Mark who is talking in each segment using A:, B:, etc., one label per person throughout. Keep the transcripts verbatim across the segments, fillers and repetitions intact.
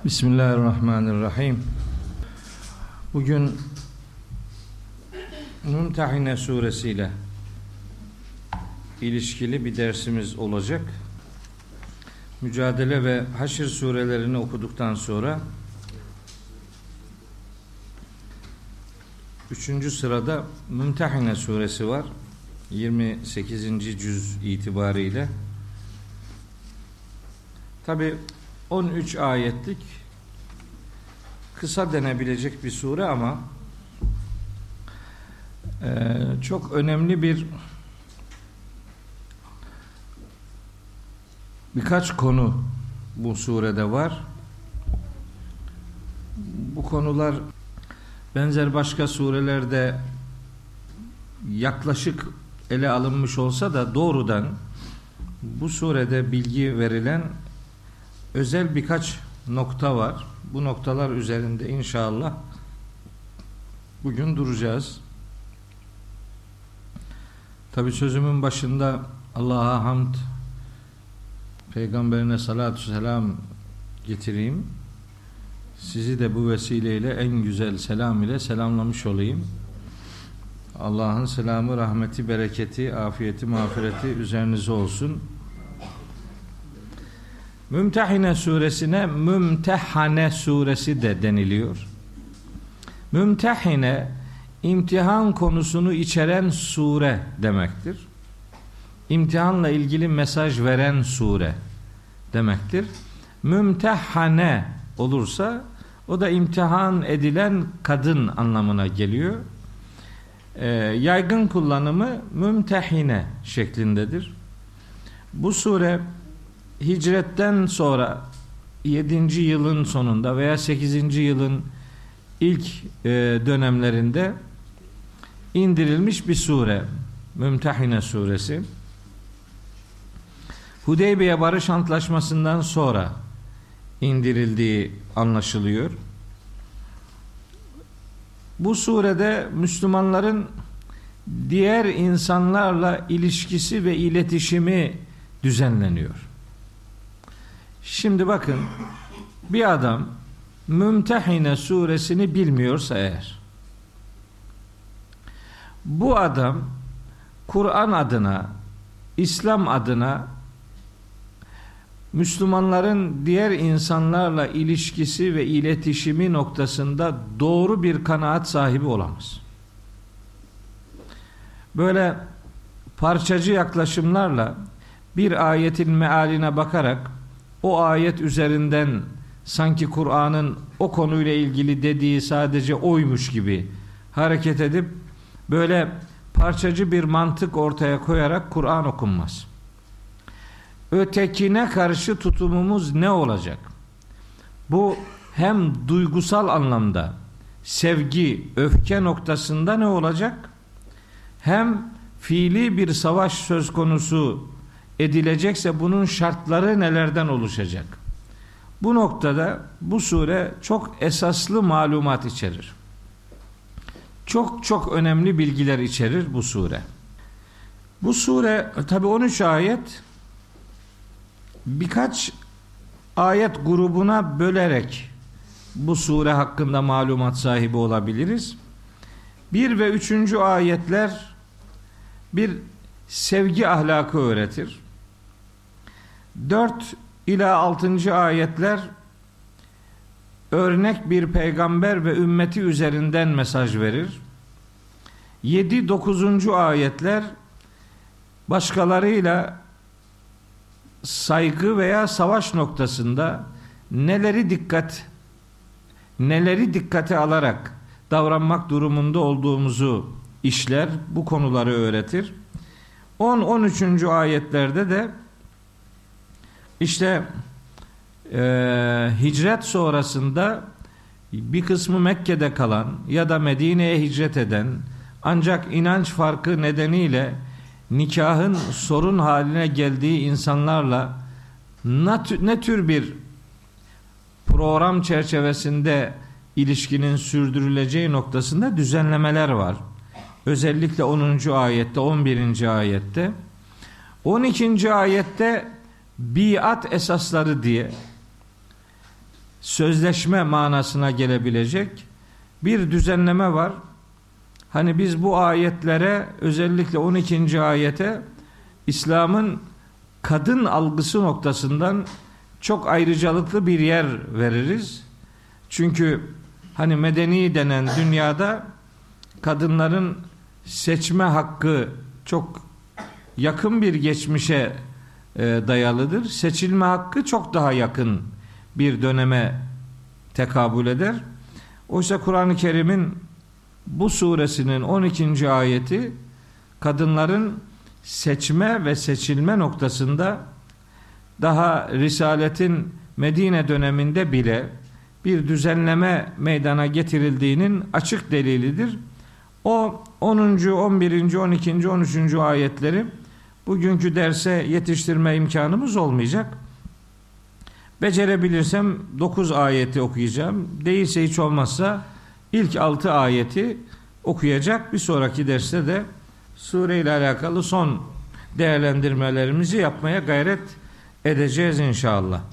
A: Bismillahirrahmanirrahim. Bugün Mümtehine suresiyle ilişkili bir dersimiz olacak. Mücadele ve Haşr surelerini okuduktan sonra üçüncü sırada Mümtehine suresi var. yirmi sekizinci cüz itibariyle. Tabi on üç ayetlik kısa denebilecek bir sure ama e, çok önemli bir birkaç konu bu surede var. Bu konular benzer başka surelerde yaklaşık ele alınmış olsa da doğrudan bu surede bilgi verilen özel birkaç nokta var. Bu noktalar üzerinde inşallah bugün duracağız. Tabi sözümün başında Allah'a hamd, Peygamberine salatü selam getireyim. Sizi de bu vesileyle en güzel selam ile selamlamış olayım. Allah'ın selamı, rahmeti, bereketi, afiyeti, mağfireti üzerinize olsun. Mümtehine suresine Mümtehane suresi de deniliyor. Mümtehine imtihan konusunu içeren sure demektir. İmtihanla ilgili mesaj veren sure demektir. Mümtehane olursa o da imtihan edilen kadın anlamına geliyor. Ee, yaygın kullanımı mümtehine şeklindedir. Bu sure hicretten sonra yedinci yılın sonunda veya sekizinci yılın ilk e, dönemlerinde indirilmiş bir sure. Mümtehine suresi. Hudeybiye Barış Antlaşması'ndan sonra indirildiği anlaşılıyor. Bu surede Müslümanların diğer insanlarla ilişkisi ve iletişimi düzenleniyor. Şimdi bakın, bir adam Mümtehine suresini bilmiyorsa eğer, bu adam Kur'an adına, İslam adına Müslümanların diğer insanlarla ilişkisi ve iletişimi noktasında doğru bir kanaat sahibi olamaz. Böyle parçacı yaklaşımlarla bir ayetin mealine bakarak o ayet üzerinden sanki Kur'an'ın o konuyla ilgili dediği sadece oymuş gibi hareket edip böyle parçacı bir mantık ortaya koyarak Kur'an okunmaz. Ötekine karşı tutumumuz ne olacak? Bu hem duygusal anlamda sevgi, öfke noktasında ne olacak? Hem fiili bir savaş söz konusu edilecekse bunun şartları nelerden oluşacak? Bu noktada bu sure çok esaslı malumat içerir. Çok çok önemli bilgiler içerir bu sure. Bu sure tabi on üç ayet, birkaç ayet grubuna bölerek bu sure hakkında malumat sahibi olabiliriz. Bir ve üçüncü ayetler bir sevgi ahlakı öğretir. Dört ila altıncı ayetler örnek bir peygamber ve ümmeti üzerinden mesaj verir. Yedi dokuzuncu ayetler başkalarıyla saygı veya savaş noktasında neleri dikkat neleri dikkate alarak davranmak durumunda olduğumuzu işler, bu konuları öğretir. on on üçüncü ayetlerde de işte e, hicret sonrasında bir kısmı Mekke'de kalan ya da Medine'ye hicret eden ancak inanç farkı nedeniyle nikahın sorun haline geldiği insanlarla ne tür bir program çerçevesinde ilişkinin sürdürüleceği noktasında düzenlemeler var. Özellikle onuncu ayette, on birinci ayette. on ikinci ayette biat esasları diye sözleşme manasına gelebilecek bir düzenleme var. Hani biz bu ayetlere, özellikle on ikinci ayete, İslam'ın kadın algısı noktasından çok ayrıcalıklı bir yer veririz. Çünkü hani medeni denen dünyada kadınların seçme hakkı çok yakın bir geçmişe e, dayalıdır. Seçilme hakkı çok daha yakın bir döneme tekabül eder. Oysa Kur'an-ı Kerim'in bu suresinin on ikinci ayeti kadınların seçme ve seçilme noktasında daha Risaletin Medine döneminde bile bir düzenleme meydana getirildiğinin açık delilidir. O onuncu, on birinci, on ikinci, on üçüncü ayetleri bugünkü derse yetiştirme imkanımız olmayacak. Becerebilirsem dokuz ayeti okuyacağım. Değilse hiç olmazsa ilk altı ayeti okuyacak. Bir sonraki derste de sure ile alakalı son değerlendirmelerimizi yapmaya gayret edeceğiz inşallah.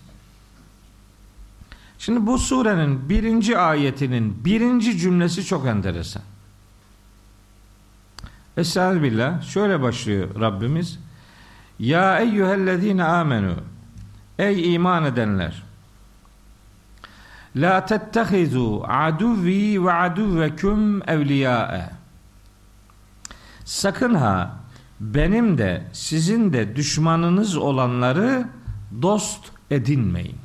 A: Şimdi bu surenin birinci ayetinin birinci cümlesi çok enteresan. Estağfirullah. Şöyle başlıyor Rabbimiz. Ya eyyühellezine amenu. Ey iman edenler. La tettehizu aduvi ve aduvveküm evliyâe. Sakın ha benim de sizin de düşmanınız olanları dost edinmeyin.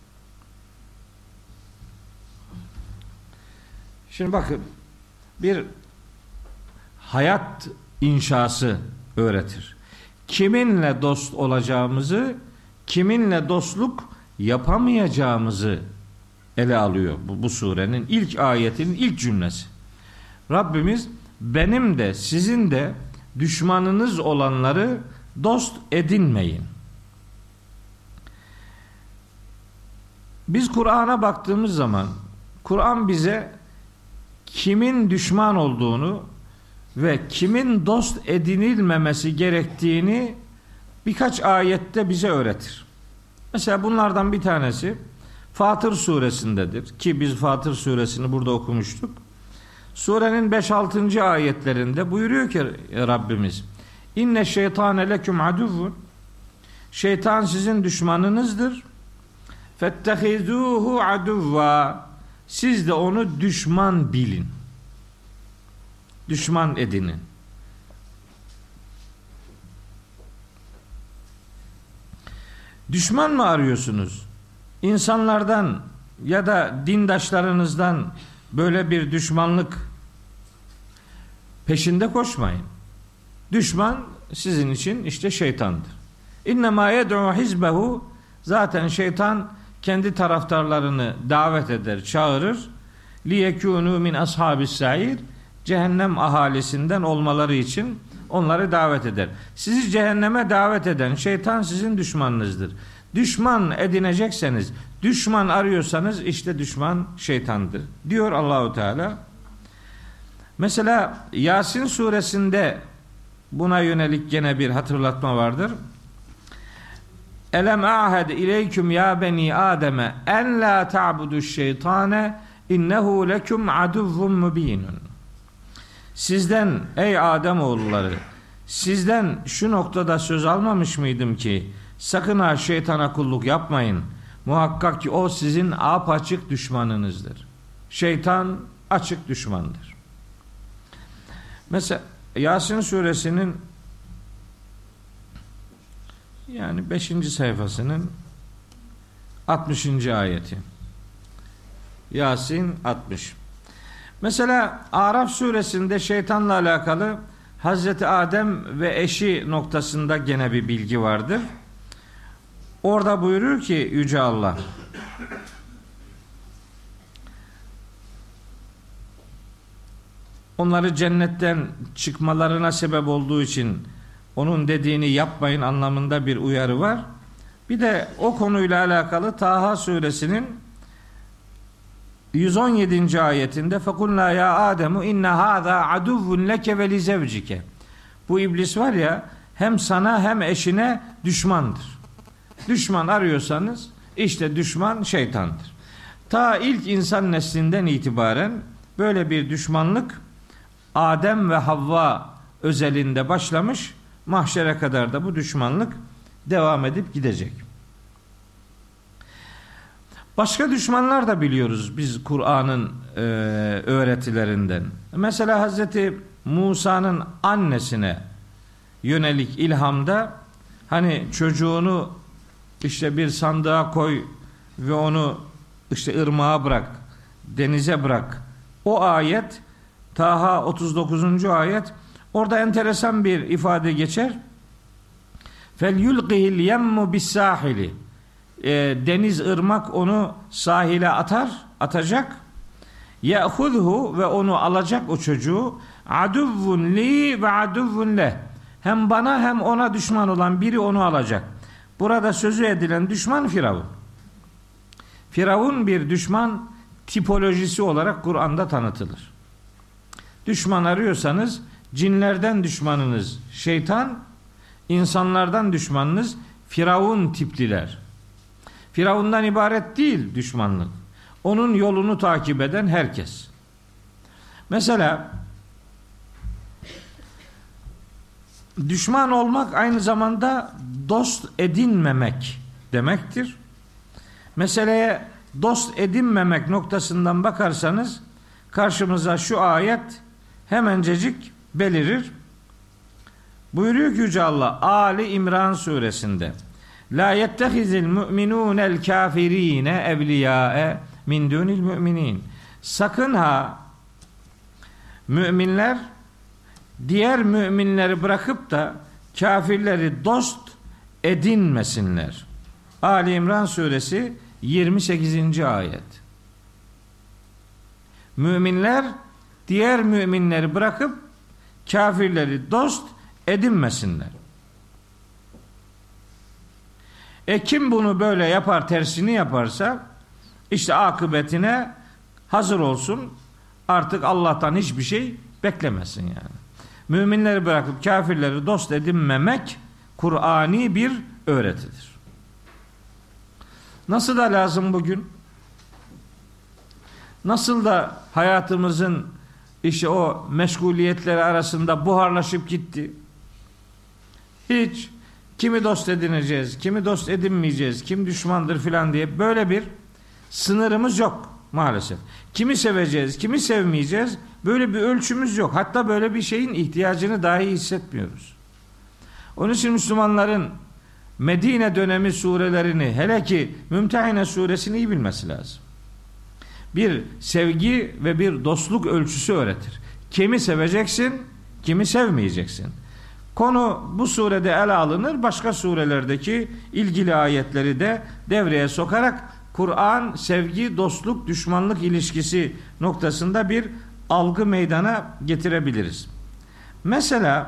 A: Şimdi bakın, bir hayat inşası öğretir. Kiminle dost olacağımızı, kiminle dostluk yapamayacağımızı ele alıyor bu, bu surenin ilk ayetinin ilk cümlesi. Rabbimiz benim de sizin de düşmanınız olanları dost edinmeyin. Biz Kur'an'a baktığımız zaman Kur'an bize kimin düşman olduğunu ve kimin dost edinilmemesi gerektiğini birkaç ayette bize öğretir. Mesela bunlardan bir tanesi Fatır suresindedir ki biz Fatır suresini burada okumuştuk. Surenin beş altıncı ayetlerinde buyuruyor ki Rabbimiz: İnne şeytane leküm aduvvun. Şeytan sizin düşmanınızdır. Fettehizuhu aduvva. Siz de onu düşman bilin. Düşman edinin. Düşman mı arıyorsunuz? İnsanlardan ya da dindaşlarınızdan böyle bir düşmanlık peşinde koşmayın. Düşman sizin için işte şeytandır. İnnemâ yed'u hizbehu. Zaten şeytan kendi taraftarlarını davet eder, çağırır. Liyekûnû min ashabis sair. Cehennem ahalisinden olmaları için onları davet eder. Sizi cehenneme davet eden şeytan sizin düşmanınızdır. Düşman edinecekseniz, düşman arıyorsanız işte düşman şeytandır diyor Allahu Teala. Mesela Yasin suresinde buna yönelik gene bir hatırlatma vardır. Elem ahed ileyküm ya beni Adem'e en la ta'budu şeytane innehu lekum aduvvun mubinun. Sizden ey Adem oğulları, sizden şu noktada söz almamış mıydım ki sakın ha şeytana kulluk yapmayın. Muhakkak ki o sizin apaçık düşmanınızdır. Şeytan açık düşmandır. Mesela Yasin suresinin yani beşinci sayfasının altmışıncı ayeti. Yasin altmış. Mesela Araf suresinde şeytanla alakalı Hazreti Adem ve eşi noktasında gene bir bilgi vardır. Orada buyurur ki Yüce Allah: onları cennetten çıkmalarına sebep olduğu için onun dediğini yapmayın anlamında bir uyarı var. Bir de o konuyla alakalı Taha suresinin yüz on yedinci ayetinde fekulna ya Ademu inne hâzâ aduvvun leke ve li zevcike. Bu iblis var ya, hem sana hem eşine düşmandır. Düşman arıyorsanız işte düşman şeytandır. Ta ilk insan neslinden itibaren böyle bir düşmanlık Adem ve Havva özelinde başlamış, mahşere kadar da bu düşmanlık devam edip gidecek. Başka düşmanlar da biliyoruz biz Kur'an'ın e, öğretilerinden. Mesela Hazreti Musa'nın annesine yönelik ilhamda hani çocuğunu işte bir sandığa koy ve onu işte ırmağa bırak, denize bırak. O ayet Taha otuz dokuzuncu ayet, orada enteresan bir ifade geçer. Fel yulqihil yemmu bis sahili. Deniz, ırmak onu sahile atar, atacak. Ya'khudhu ve onu alacak o çocuğu. Aduvvun li ve aduvvun leh. Hem bana hem ona düşman olan biri onu alacak. Burada sözü edilen düşman Firavun. Firavun bir düşman tipolojisi olarak Kur'an'da tanıtılır. Düşman arıyorsanız cinlerden düşmanınız şeytan, insanlardan düşmanınız Firavun tipliler. Firavundan ibaret değil düşmanlık. Onun yolunu takip eden herkes. Mesela düşman olmak aynı zamanda dost edinmemek demektir. Meseleye dost edinmemek noktasından bakarsanız karşımıza şu ayet hemencecik belirir. Buyuruyor ki Yüce Allah Ali İmran suresinde: La yettehizil mu'minûnel kâfirîne evliyâe min dûnil müminin. Sakın ha müminler diğer müminleri bırakıp da kafirleri dost edinmesinler. Ali İmran suresi yirmi sekizinci ayet. Müminler diğer müminleri bırakıp kafirleri dost edinmesinler. E kim bunu böyle yapar, tersini yaparsa işte akıbetine hazır olsun. Artık Allah'tan hiçbir şey beklemesin yani. Müminleri bırakıp kafirleri dost edinmemek Kur'ani bir öğretidir. Nasıl da lazım bugün? Nasıl da hayatımızın işte o meşguliyetleri arasında buharlaşıp gitti. Hiç kimi dost edineceğiz, kimi dost edinmeyeceğiz, kim düşmandır filan diye böyle bir sınırımız yok maalesef. Kimi seveceğiz, kimi sevmeyeceğiz, böyle bir ölçümüz yok. Hatta böyle bir şeyin ihtiyacını dahi hissetmiyoruz. Onun için Müslümanların Medine dönemi surelerini, hele ki Mümtehine suresini iyi bilmesi lazım. Bir sevgi ve bir dostluk ölçüsü öğretir. Kimi seveceksin, kimi sevmeyeceksin. Konu bu surede ele alınır. Başka surelerdeki ilgili ayetleri de devreye sokarak Kur'an sevgi, dostluk, düşmanlık ilişkisi noktasında bir algı meydana getirebiliriz. Mesela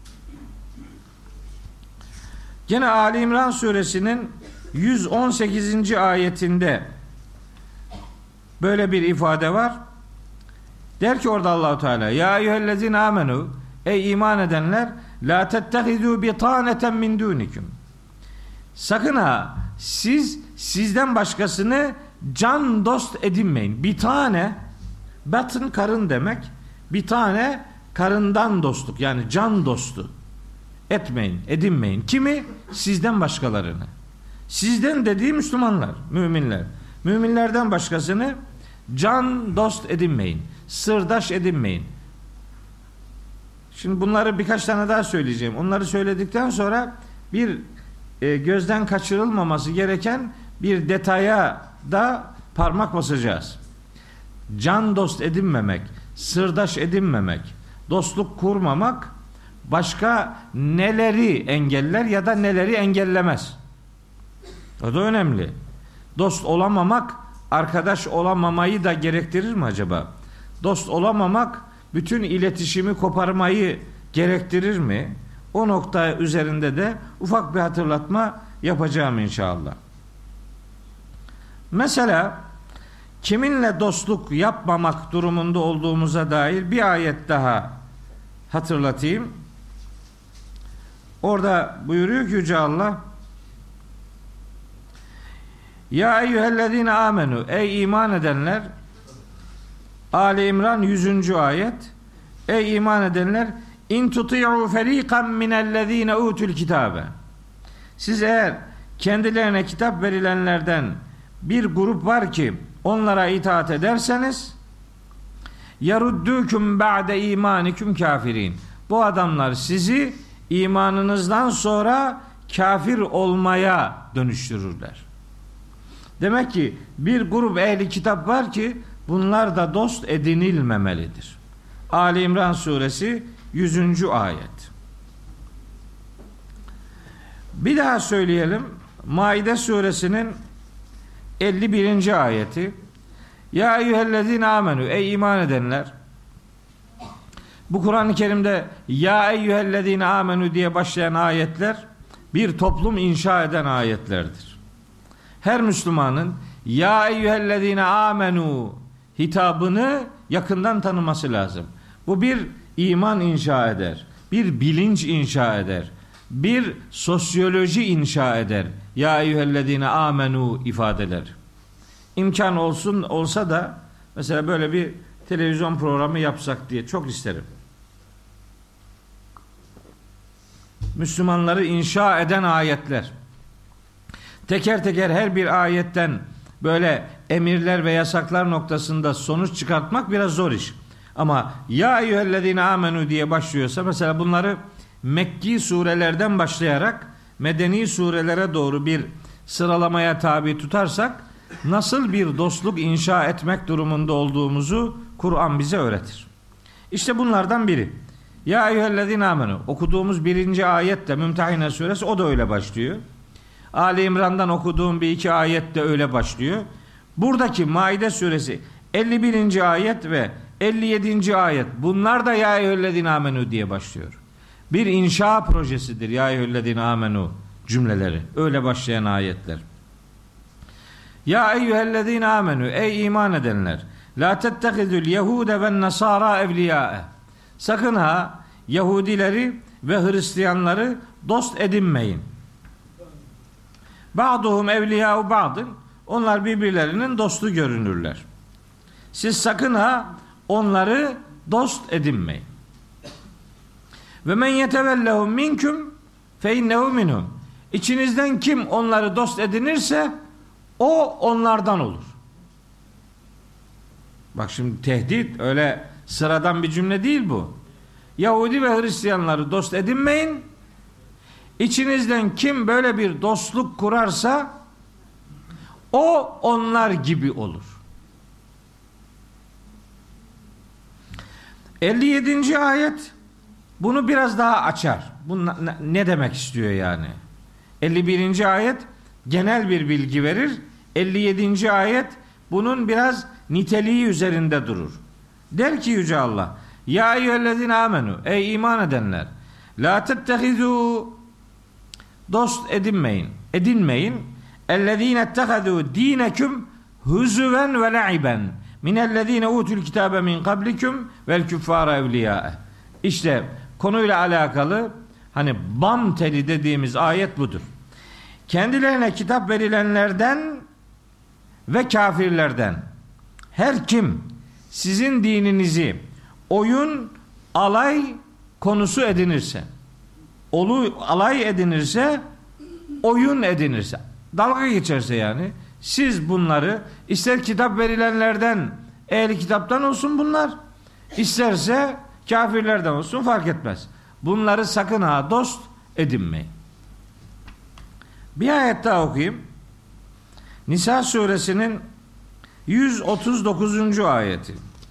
A: gene Ali İmran suresinin yüz on sekizinci ayetinde böyle bir ifade var. Der ki orada Allah-u Teala: Ya eyyühellezine amenu, ey iman edenler, la tettehizu bitaneten min dunikum. Sakın ha siz sizden başkasını can dost edinmeyin. Bir tane, batın karın demek. Bir tane karından dostluk, yani can dostu etmeyin, edinmeyin. Kimi? Sizden başkalarını. Sizden dediği Müslümanlar, müminler. Müminlerden başkasını can dost edinmeyin. Sırdaş edinmeyin. Şimdi bunları birkaç tane daha söyleyeceğim. Onları söyledikten sonra bir e, gözden kaçırılmaması gereken bir detaya da parmak basacağız. Can dost edinmemek, sırdaş edinmemek, dostluk kurmamak başka neleri engeller ya da neleri engellemez? O da önemli. Dost olamamak arkadaş olamamayı da gerektirir mi acaba? Dost olamamak bütün iletişimi koparmayı gerektirir mi? O nokta üzerinde de ufak bir hatırlatma yapacağım inşallah. Mesela kiminle dostluk yapmamak durumunda olduğumuza dair bir ayet daha hatırlatayım. Orada buyuruyor ki Yüce Allah: Ya eyyühellezine amenu, ey iman edenler. Ali İmran yüzüncü ayet. Ey iman edenler, in tuti'u feriqan minellezine utul kitabe. Siz eğer kendilerine kitap verilenlerden bir grup var ki onlara itaat ederseniz, yaruddukum ba'de imanikum kafirin. Bu adamlar sizi imanınızdan sonra kafir olmaya dönüştürürler. Demek ki bir grup ehli kitap var ki bunlar da dost edinilmemelidir. Ali İmran suresi yüzüncü ayet. Bir daha söyleyelim. Maide suresinin elli birinci ayeti. Ya eyyühellezine amenu, ey iman edenler. Bu Kur'an-ı Kerim'de ya eyyühellezine amenu diye başlayan ayetler bir toplum inşa eden ayetlerdir. Her Müslümanın ya eyyühellezine amenu hitabını yakından tanıması lazım. Bu bir iman inşa eder, bir bilinç inşa eder, bir sosyoloji inşa eder. Ya eyyühellezine amenu ifadeler. İmkan olsun olsa da mesela böyle bir televizyon programı yapsak diye çok isterim. Müslümanları inşa eden ayetler. Teker teker her bir ayetten böyle emirler ve yasaklar noktasında sonuç çıkartmak biraz zor iş. Ama ya eyyühellezine amenu diye başlıyorsa mesela bunları Mekki surelerden başlayarak medeni surelere doğru bir sıralamaya tabi tutarsak nasıl bir dostluk inşa etmek durumunda olduğumuzu Kur'an bize öğretir. İşte bunlardan biri. Ya eyyühellezine amenu okuduğumuz birinci ayet de Mümtehine suresi, o da öyle başlıyor. Ali İmran'dan okuduğum bir iki ayet de öyle başlıyor. Buradaki Maide suresi elli birinci ayet ve elli yedinci ayet, bunlar da ya eyyühellezine amenu diye başlıyor. Bir inşa projesidir ya eyyühellezine amenu cümleleri. Öyle başlayan ayetler. Ya eyyühellezine amenu, ey iman edenler. La tettehidul yehude ve nasara evliyae. Sakın ha Yahudileri ve Hristiyanları dost edinmeyin. Ba'duhum evliyâ'u ba'dın. Onlar birbirlerinin dostu görünürler. Siz sakın ha onları dost edinmeyin. Ve men yetevellehum minkum fe innehu minhum. İçinizden kim onları dost edinirse o onlardan olur. Bak şimdi tehdit, öyle sıradan bir cümle değil bu. Yahudi ve Hristiyanları dost edinmeyin. İçinizden kim böyle bir dostluk kurarsa o onlar gibi olur. elli yedinci ayet bunu biraz daha açar. Bu ne demek istiyor yani? elli birinci ayet genel bir bilgi verir. elli yedinci ayet bunun biraz niteliği üzerinde durur. Der ki Yüce Allah, ya eyyühellezine amenu, ey iman edenler, la tettehizu, dost edinmeyin, edinmeyin, ellezine ettehadu dineküm huzuven ve la'iben minellezine utul kitabe min kablikum vel küffara evliyae. İşte konuyla alakalı hani bam teli dediğimiz ayet budur. Kendilerine kitap verilenlerden ve kafirlerden her kim sizin dininizi oyun, alay konusu edinirse, olu, alay edinirse, oyun edinirse, dalga geçerse yani, siz bunları ister kitap verilenlerden, ehli kitaptan olsun bunlar, isterse kafirlerden olsun, fark etmez. Bunları sakın ha dost edinmeyin. Bir ayet daha okuyayım. Nisa suresinin yüz otuz dokuzuncu ayeti.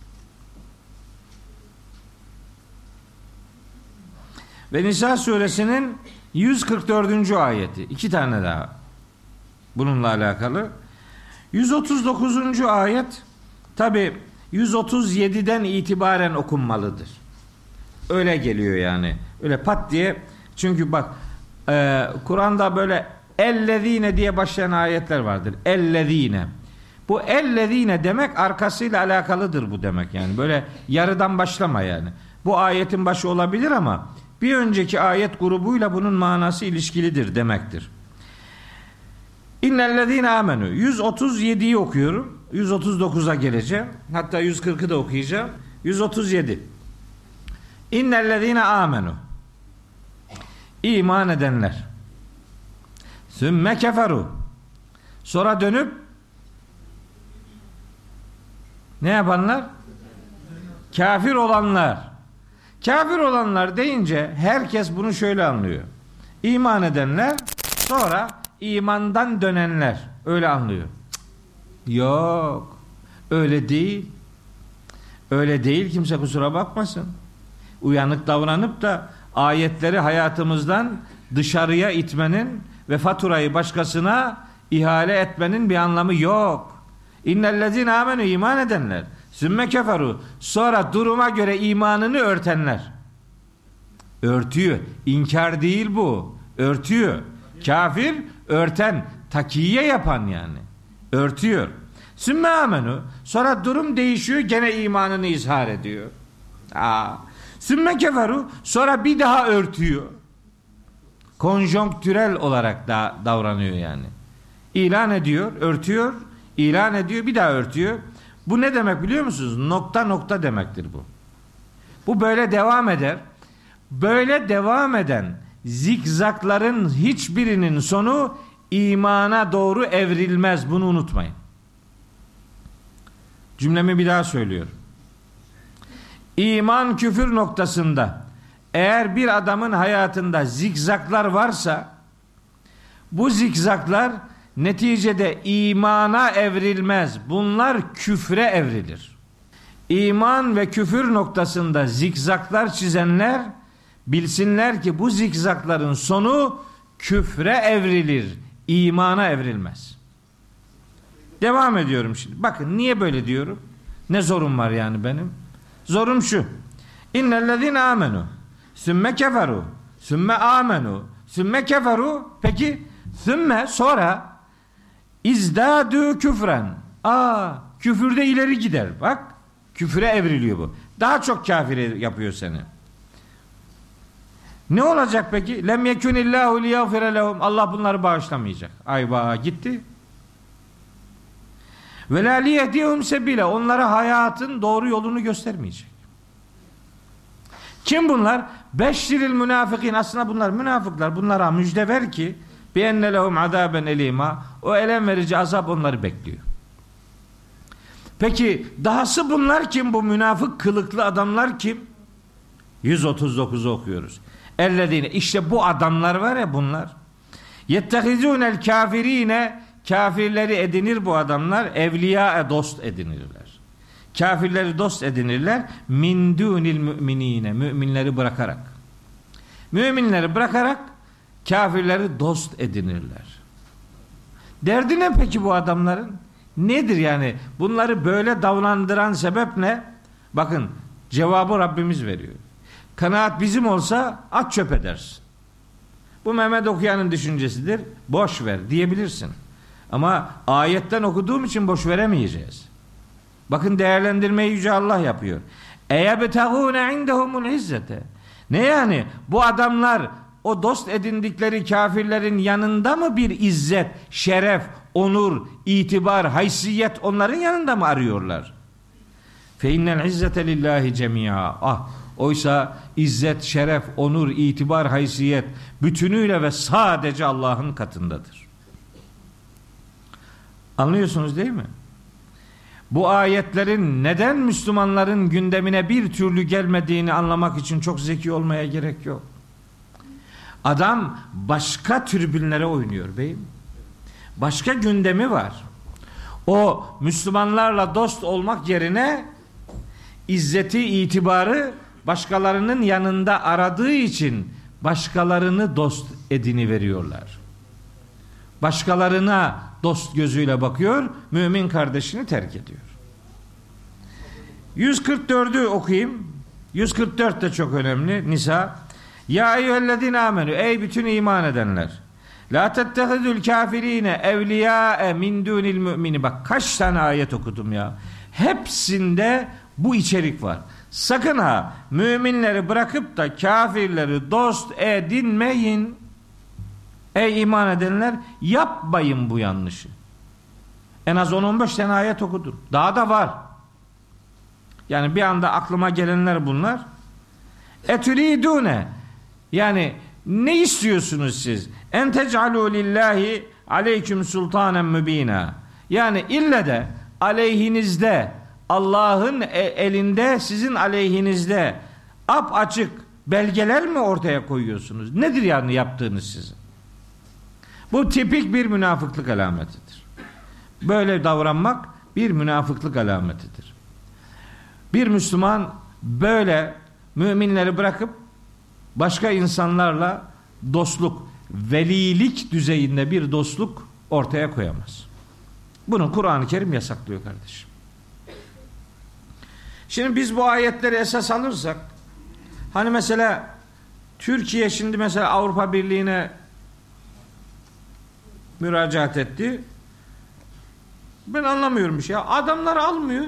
A: Ve Nisa suresinin yüz kırk dördüncü ayeti. İki tane daha bununla alakalı. yüz otuz dokuzuncu ayet tabi yüz otuz yediden itibaren okunmalıdır. Öyle geliyor yani. Öyle pat diye. Çünkü bak e, Kur'an'da böyle ellezine diye başlayan ayetler vardır. Ellezine. Bu ellezine demek arkasıyla alakalıdır bu demek yani. Böyle yarıdan başlama yani. Bu ayetin başı olabilir ama bir önceki ayet grubuyla bunun manası ilişkilidir demektir. İnnellezîne âmenû. yüz otuz yediyi okuyorum. yüz otuz dokuza geleceğim. Hatta yüz kırkı da okuyacağım. yüz otuz yedi. İnnellezîne âmenû. İman edenler. Sümme keferu. Sonra dönüp ne yapanlar? Kafir olanlar. Kafir olanlar deyince herkes bunu şöyle anlıyor. İman edenler, sonra imandan dönenler. Öyle anlıyor. Yok. Öyle değil. Öyle değil, kimse kusura bakmasın. Uyanık davranıp da ayetleri hayatımızdan dışarıya itmenin ve faturayı başkasına ihale etmenin bir anlamı yok. İnnellezîne âmenû, iman edenler. Sümme keferu, sonra duruma göre imanını örtenler. Örtüyor. İnkar değil bu. Örtüyor. Kafir örten, takiye yapan yani. Örtüyor. Sümme âmenû, sonra durum değişiyor, gene imanını izhar ediyor. Aa. Sümme keferu, sonra bir daha örtüyor. Konjonktürel olarak da davranıyor yani. İlan ediyor, örtüyor, ilan ediyor, bir daha örtüyor. Bu ne demek biliyor musunuz? Nokta nokta demektir bu. Bu böyle devam eder. Böyle devam eden zikzakların hiçbirinin sonu imana doğru evrilmez. Bunu unutmayın. Cümlemi bir daha söylüyorum. İman küfür noktasında eğer bir adamın hayatında zikzaklar varsa, bu zikzaklar neticede imana evrilmez. Bunlar küfre evrilir. İman ve küfür noktasında zikzaklar çizenler bilsinler ki bu zikzakların sonu küfre evrilir. İmana evrilmez. Devam ediyorum şimdi. Bakın niye böyle diyorum? Ne zorum var yani benim? Zorum şu. İnnellezîne âmenû sümme keferû sümme âmenû sümme keferû. Peki sümme, sonra izdâdû küfren. Aa, küfürde ileri gider. Bak, küfüre evriliyor bu. Daha çok kafir yapıyor seni. Ne olacak peki? Lem yekunillâhu liyagfire lehum. Allah bunları bağışlamayacak. Ayva, gitti. Ve lâ liyehdihum sebîle. Onlara hayatın doğru yolunu göstermeyecek. Kim bunlar? Beşşiril münafıkîn. Aslında bunlar münafıklar. Bunlara müjde ver ki bi enne lehum azâben elîmâ. O elem verici azap onları bekliyor. Peki dahası bunlar kim? Bu münafık kılıklı adamlar kim? yüz otuz dokuzu okuyoruz. Ellezîne, işte bu adamlar var ya bunlar. Yettehizûnel kâfirîne, kafirleri edinir bu adamlar. Evliya dost edinirler. Kafirleri dost edinirler. Min dûnil müminîne, müminleri bırakarak. Müminleri bırakarak kafirleri dost edinirler. Derdi ne peki bu adamların? Nedir yani? Bunları böyle davrandıran sebep ne? Bakın cevabı Rabbimiz veriyor. Kanaat bizim olsa at çöp edersin. Bu Mehmet okuyanın düşüncesidir. Boş ver diyebilirsin. Ama ayetten okuduğum için boş veremeyeceğiz. Bakın değerlendirmeyi Yüce Allah yapıyor. Eyebtagûne indehumul izzete. Ne yani? Bu adamlar o dost edindikleri kafirlerin yanında mı bir izzet, şeref, onur, itibar, haysiyet onların yanında mı arıyorlar? Fe innel izzete lillahi cemia. Ah, oysa izzet, şeref, onur, itibar, haysiyet bütünüyle ve sadece Allah'ın katındadır. Anlıyorsunuz değil mi? Bu ayetlerin neden Müslümanların gündemine bir türlü gelmediğini anlamak için çok zeki olmaya gerek yok. Adam başka tribünlere oynuyor beyim. Başka gündemi var. O Müslümanlarla dost olmak yerine izzeti, itibarı başkalarının yanında aradığı için başkalarını dost edini veriyorlar. Başkalarına dost gözüyle bakıyor, mümin kardeşini terk ediyor. yüz kırk dördü okuyayım. yüz kırk dört de çok önemli. Nisa. Ya eyyühellezine amenü, ey bütün iman edenler. La tettehidül kafirine evliyâe min dunil mümini. Bak kaç tane ayet okudum ya. Hepsinde bu içerik var. Sakın ha müminleri bırakıp da kafirleri dost edinmeyin. Ey iman edenler, yapmayın bu yanlışı. En az on on beş tane ayet okudum. Daha da var. Yani bir anda aklıma gelenler bunlar. Etüridune, yani ne istiyorsunuz siz? En tec'alû lillahi aleyküm sultanen mübînâ. Yani ille de aleyhinizde, Allah'ın elinde sizin aleyhinizde ap açık belgeler mi ortaya koyuyorsunuz? Nedir yani yaptığınız sizin? Bu tipik bir münafıklık alametidir. Böyle davranmak bir münafıklık alametidir. Bir Müslüman böyle müminleri bırakıp başka insanlarla dostluk, velilik düzeyinde bir dostluk ortaya koyamaz. Bunu Kur'an-ı Kerim yasaklıyor kardeşim. Şimdi biz bu ayetleri esas alırsak, hani mesela Türkiye şimdi mesela Avrupa Birliği'ne müracaat etti. Ben anlamıyorum bir şey. Adamlar almıyor.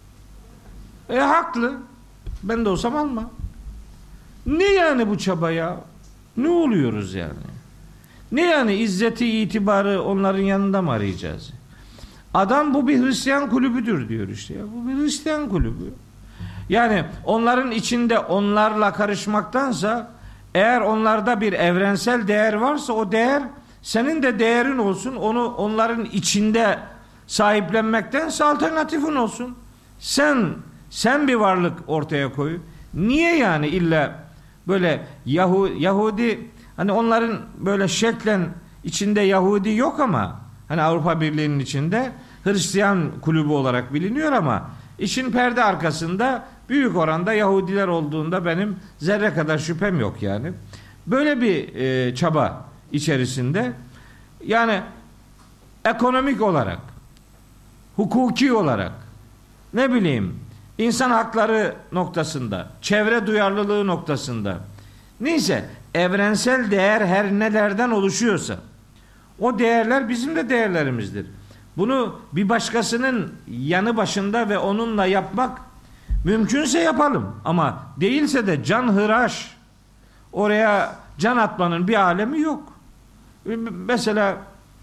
A: E haklı. Ben de olsam alma. Ne yani bu çaba ya? Ne oluyoruz yani? Ne yani izzeti, itibarı onların yanında mı arayacağız? Adam bu bir Hristiyan kulübüdür diyor işte ya. Bu bir Hristiyan kulübü. Yani onların içinde onlarla karışmaktansa, eğer onlarda bir evrensel değer varsa o değer senin de değerin olsun. Onu onların içinde sahiplenmektense alternatifin olsun. Sen sen bir varlık ortaya koy. Niye yani illa böyle Yahu, Yahudi, hani onların böyle şeklen içinde Yahudi yok ama hani Avrupa Birliği'nin içinde Hristiyan kulübü olarak biliniyor ama işin perde arkasında büyük oranda Yahudiler olduğunda benim zerre kadar şüphem yok yani. Böyle bir e, çaba içerisinde, yani ekonomik olarak, hukuki olarak, ne bileyim, insan hakları noktasında, çevre duyarlılığı noktasında, neyse evrensel değer her nelerden oluşuyorsa o değerler bizim de değerlerimizdir. Bunu bir başkasının yanı başında ve onunla yapmak mümkünse yapalım, ama değilse de canhıraş oraya can atmanın bir alemi yok. Mesela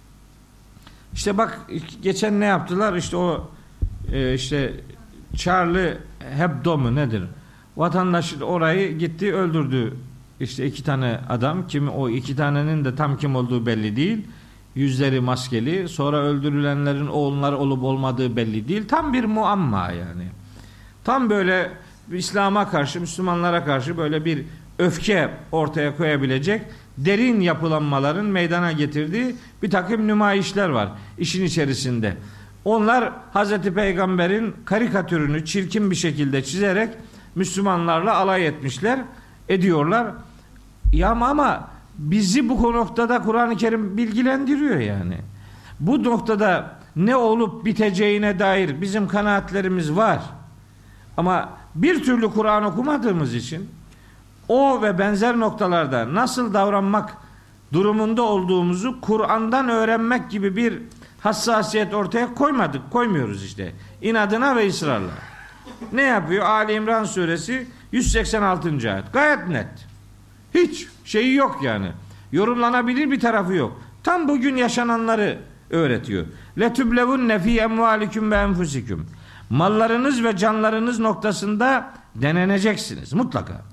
A: işte bak geçen ne yaptılar, işte o e, işte Charlie Hebdo mu nedir? Vatandaş orayı gitti öldürdü. İşte iki tane adam, kim o iki tanenin de tam kim olduğu belli değil. Yüzleri maskeli. Sonra öldürülenlerin oğulları olup olmadığı belli değil. Tam bir muamma yani. Tam böyle İslam'a karşı, Müslümanlara karşı böyle bir öfke ortaya koyabilecek derin yapılanmaların meydana getirdiği bir takım nümayişler var işin içerisinde. Onlar Hazreti Peygamber'in karikatürünü çirkin bir şekilde çizerek Müslümanlarla alay etmişler, ediyorlar. Ya ama bizi bu noktada Kur'an-ı Kerim bilgilendiriyor yani. Bu noktada ne olup biteceğine dair bizim kanaatlerimiz var. Ama bir türlü Kur'an okumadığımız için o ve benzer noktalarda nasıl davranmak durumunda olduğumuzu Kur'an'dan öğrenmek gibi bir hassasiyet ortaya koymadık, koymuyoruz işte. İnadına ve ısrarla. Ne yapıyor? Ali İmran suresi yüz seksen altıncı ayet. Gayet net. Hiç şeyi yok yani. Yorumlanabilir bir tarafı yok. Tam bugün yaşananları öğretiyor. Letüblevunne fî emvâliküm ve enfusiküm. Mallarınız ve canlarınız noktasında deneneceksiniz mutlaka.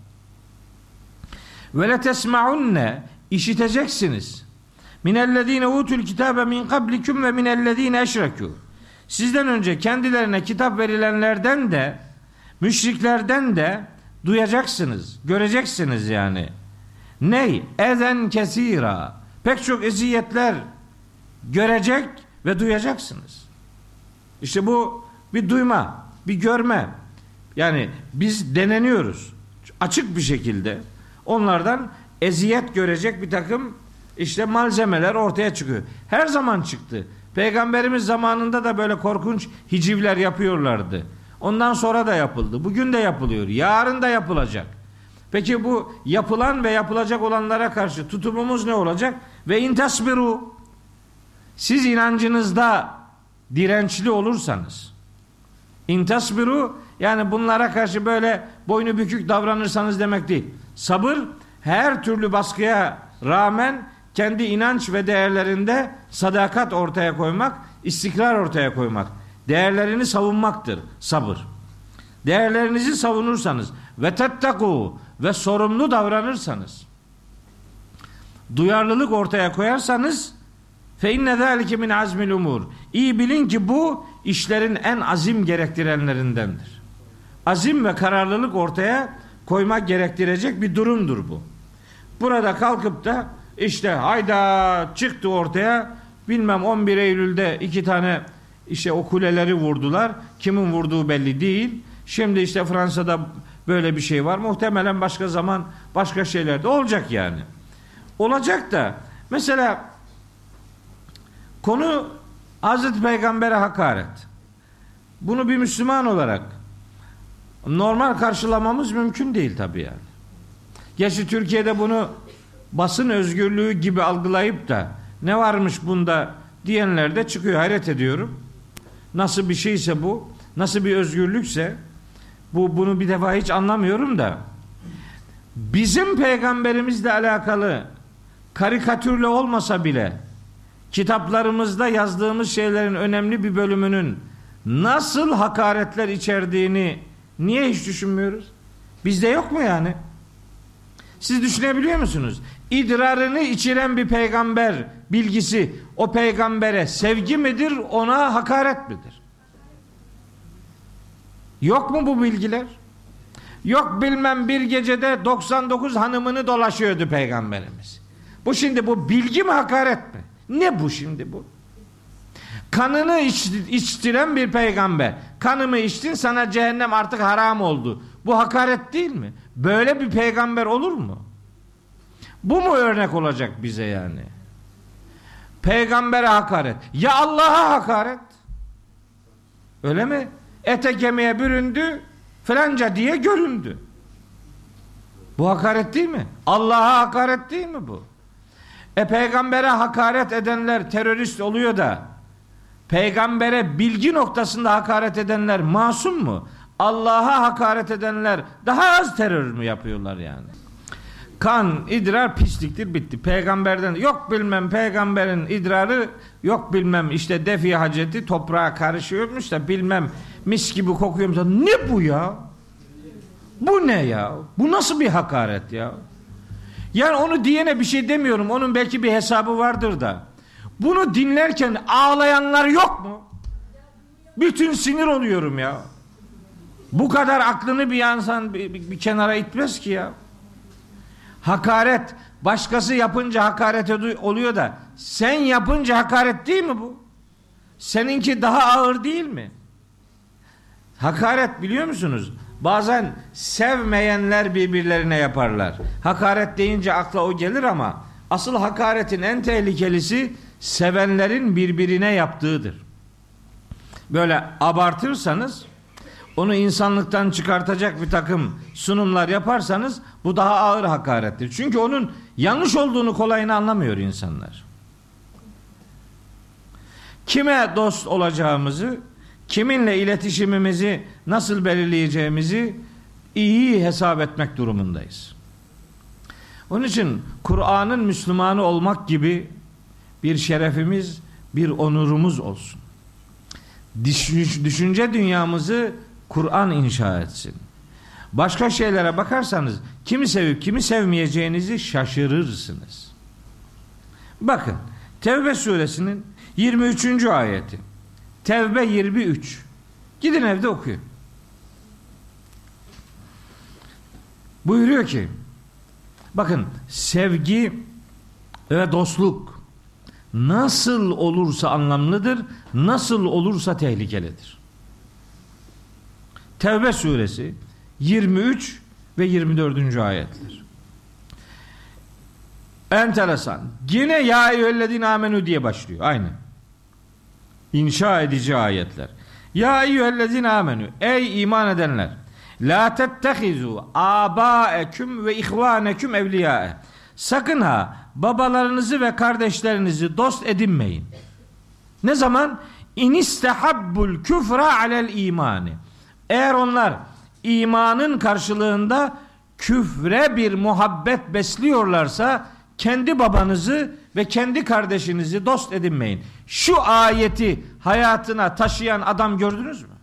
A: Ve letesmaunne, işiteceksiniz. Minellezîne utul kitâbe min kablikum ve minellezîne eşrekû. Sizden önce kendilerine kitap verilenlerden de, müşriklerden de duyacaksınız, göreceksiniz yani. Ney? Ezen kesira. Pek çok eziyetler görecek ve duyacaksınız. İşte bu bir duyma, bir görme. Yani biz deneniyoruz. Açık bir şekilde onlardan eziyet görecek bir takım işte malzemeler ortaya çıkıyor. Her zaman çıktı. Peygamberimiz zamanında da böyle korkunç hicivler yapıyorlardı. Ondan sonra da yapıldı. Bugün de yapılıyor. Yarın da yapılacak. Peki bu yapılan ve yapılacak olanlara karşı tutumumuz ne olacak? Ve intasbiru, siz inancınızda dirençli olursanız, intasbiru yani bunlara karşı böyle boynu bükük davranırsanız demek değil. Sabır, her türlü baskıya rağmen kendi inanç ve değerlerinde sadakat ortaya koymak, istikrar ortaya koymak, değerlerini savunmaktır sabır. Değerlerinizi savunursanız ve tettaku ve sorumlu davranırsanız, duyarlılık ortaya koyarsanız, fe inne zâlike min azmil umur. İyi bilin ki bu işlerin en azim gerektirenlerindendir. Azim ve kararlılık ortaya koymak gerektirecek bir durumdur bu. Burada kalkıp da işte hayda çıktı ortaya, bilmem on bir Eylül'de iki tane işte o kuleleri vurdular. Kimin vurduğu belli değil. Şimdi işte Fransa'da böyle bir şey var. Muhtemelen başka zaman başka şeyler de olacak yani. Olacak da mesela konu Hazreti Peygamber'e hakaret. Bunu bir Müslüman olarak normal karşılamamız mümkün değil tabii yani. Gerçi Türkiye'de bunu basın özgürlüğü gibi algılayıp da ne varmış bunda diyenler de çıkıyor. Hayret ediyorum. Nasıl bir şeyse bu, nasıl bir özgürlükse bu, bunu bir defa hiç anlamıyorum da bizim peygamberimizle alakalı karikatürle olmasa bile kitaplarımızda yazdığımız şeylerin önemli bir bölümünün nasıl hakaretler içerdiğini niye hiç düşünmüyoruz? Bizde yok mu yani? Siz düşünebiliyor musunuz? İdrarını içiren bir peygamber bilgisi o peygambere sevgi midir, ona hakaret midir? Yok mu bu bilgiler? Yok bilmem bir gecede doksan dokuz hanımını dolaşıyordu peygamberimiz. Bu şimdi bu bilgi mi, hakaret mi? Ne bu şimdi bu? Kanını iç, içtiren bir peygamber. Kanımı içtin, sana cehennem artık haram oldu. Bu hakaret değil mi? Böyle bir peygamber olur mu? Bu mu örnek olacak bize yani? Peygambere hakaret. Ya Allah'a hakaret. Öyle mi? Ete kemiğe büründü, falanca diye göründü. Bu hakaret değil mi? Allah'a hakaret değil mi bu? E peygambere hakaret edenler terörist oluyor da peygambere bilgi noktasında hakaret edenler masum mu? Allah'a hakaret edenler daha az terör mü yapıyorlar yani? Kan, idrar pisliktir, bitti. Peygamberden yok bilmem peygamberin idrarı yok bilmem işte defi haceti toprağa karışıyormuş da bilmem mis gibi kokuyormuş da ne bu ya? Bu ne ya? Bu nasıl bir hakaret ya? Yani onu diyene bir şey demiyorum. Onun belki bir hesabı vardır da. Bunu dinlerken ağlayanlar yok mu? Bütün sinir oluyorum ya. Bu kadar aklını bir insan bir, bir, bir kenara itmez ki ya. Hakaret başkası yapınca hakaret oluyor da sen yapınca hakaret değil mi bu? Seninki daha ağır değil mi? Hakaret biliyor musunuz? Bazen sevmeyenler birbirlerine yaparlar. Hakaret deyince akla o gelir ama asıl hakaretin en tehlikelisi sevenlerin birbirine yaptığıdır. Böyle abartırsanız, onu insanlıktan çıkartacak bir takım sunumlar yaparsanız bu daha ağır hakarettir. Çünkü onun yanlış olduğunu kolayına anlamıyor insanlar. Kime dost olacağımızı, kiminle iletişimimizi nasıl belirleyeceğimizi iyi hesap etmek durumundayız. Onun için Kur'an'ın Müslümanı olmak gibi bir şerefimiz, bir onurumuz olsun. Düşünce dünyamızı Kur'an inşa etsin. Başka şeylere bakarsanız kimi sevip kimi sevmeyeceğinizi şaşırırsınız. Bakın Tevbe suresinin yirmi üçüncü ayeti. Tevbe yirmi üç. Gidin evde okuyun. Buyuruyor ki bakın sevgi ve dostluk nasıl olursa anlamlıdır, nasıl olursa tehlikelidir. Tevbe suresi yirmi üç ve yirmi dördüncü ayetler. Enteresan. Yine ya eyyühellezine amenu diye başlıyor. Aynı. İnşa edici ayetler. Ya eyyühellezine amenu. Ey iman edenler. La tettehizu abaeküm ve ihvaneküm evliyae. Sakın ha babalarınızı ve kardeşlerinizi dost edinmeyin. Ne zaman? İnistehabbul küfra alel imani. Eğer onlar imanın karşılığında küfre bir muhabbet besliyorlarsa kendi babanızı ve kendi kardeşinizi dost edinmeyin. Şu ayeti hayatına taşıyan adam gördünüz mü?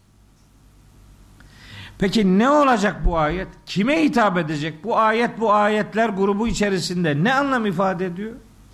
A: Peki ne olacak bu ayet? Kime hitap edecek? Bu ayet, bu ayetler grubu içerisinde ne anlam ifade ediyor?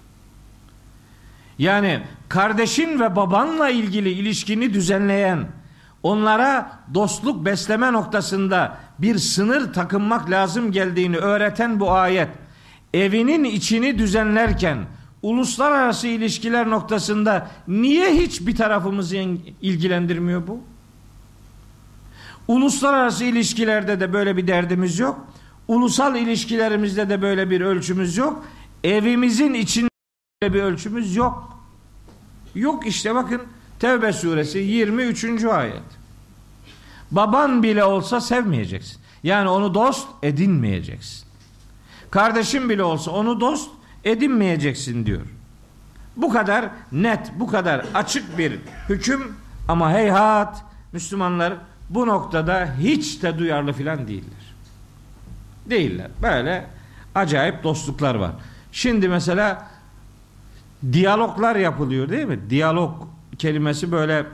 A: Yani kardeşin ve babanla ilgili ilişkini düzenleyen, onlara dostluk besleme noktasında bir sınır takınmak lazım geldiğini öğreten bu ayet, evinin içini düzenlerken uluslararası ilişkiler noktasında niye hiç bir tarafımızı ilgilendirmiyor bu? Uluslararası ilişkilerde de böyle bir derdimiz yok. Ulusal ilişkilerimizde de böyle bir ölçümüz yok. Evimizin içinde böyle bir ölçümüz yok. Yok işte bakın Tevbe suresi yirmi üçüncü ayet. Baban bile olsa sevmeyeceksin. Yani onu dost edinmeyeceksin. Kardeşin bile olsa onu dost edinmeyeceksin diyor. Bu kadar net, bu kadar açık bir hüküm ama heyhat Müslümanlar bu noktada hiç de duyarlı filan değiller. Değiller. Böyle acayip dostluklar var. Şimdi mesela diyaloglar yapılıyor değil mi? Diyalog kelimesi böyle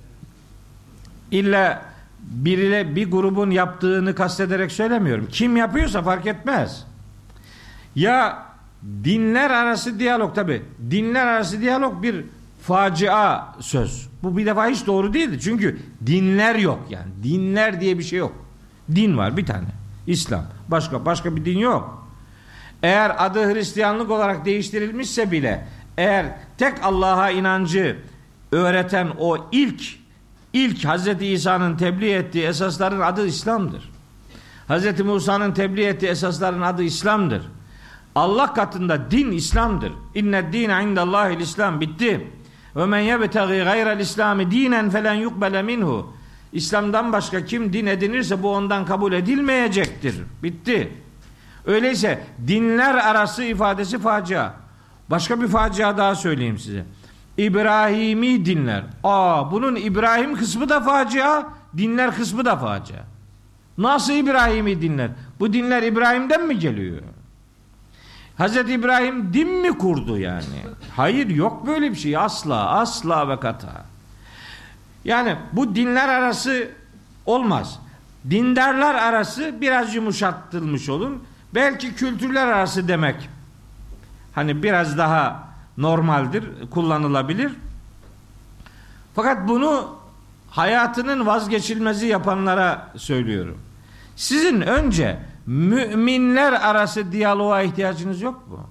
A: illa biriyle bir grubun yaptığını kastederek söylemiyorum. Kim yapıyorsa fark etmez. Ya dinler arası diyalog, tabi dinler arası diyalog bir facia söz. Bu bir defa hiç doğru değildi. Çünkü dinler yok yani. Dinler diye bir şey yok. Din var bir tane. İslam. Başka başka bir din yok. Eğer adı Hristiyanlık olarak değiştirilmişse bile, eğer tek Allah'a inancı öğreten o ilk ilk Hazreti İsa'nın tebliğ ettiği esasların adı İslam'dır. Hazreti Musa'nın tebliğ ettiği esasların adı İslam'dır. Allah katında din İslam'dır. İnned dîne indallâhil İslam. Bitti. Ve men yebtagî gayrel İslâmi dînen felen yukbele minhu. İslam'dan başka kim din edinirse bu ondan kabul edilmeyecektir. Bitti. Öyleyse dinler arası ifadesi facia. Başka bir facia daha söyleyeyim size. İbrahimi dinler. Aa, bunun İbrahim kısmı da facia, dinler kısmı da facia. Nasıl İbrahimi dinler? Bu dinler İbrahim'den mi geliyor? Hazreti İbrahim din mi kurdu yani? Hayır, yok böyle bir şey, asla asla ve kata. Yani bu dinler arası olmaz. Dindarlar arası biraz yumuşatılmış olur. Belki kültürler arası demek hani biraz daha normaldir, kullanılabilir. Fakat bunu hayatının vazgeçilmezi yapanlara söylüyorum. Sizin önce müminler arası diyaloğa ihtiyacınız yok mu?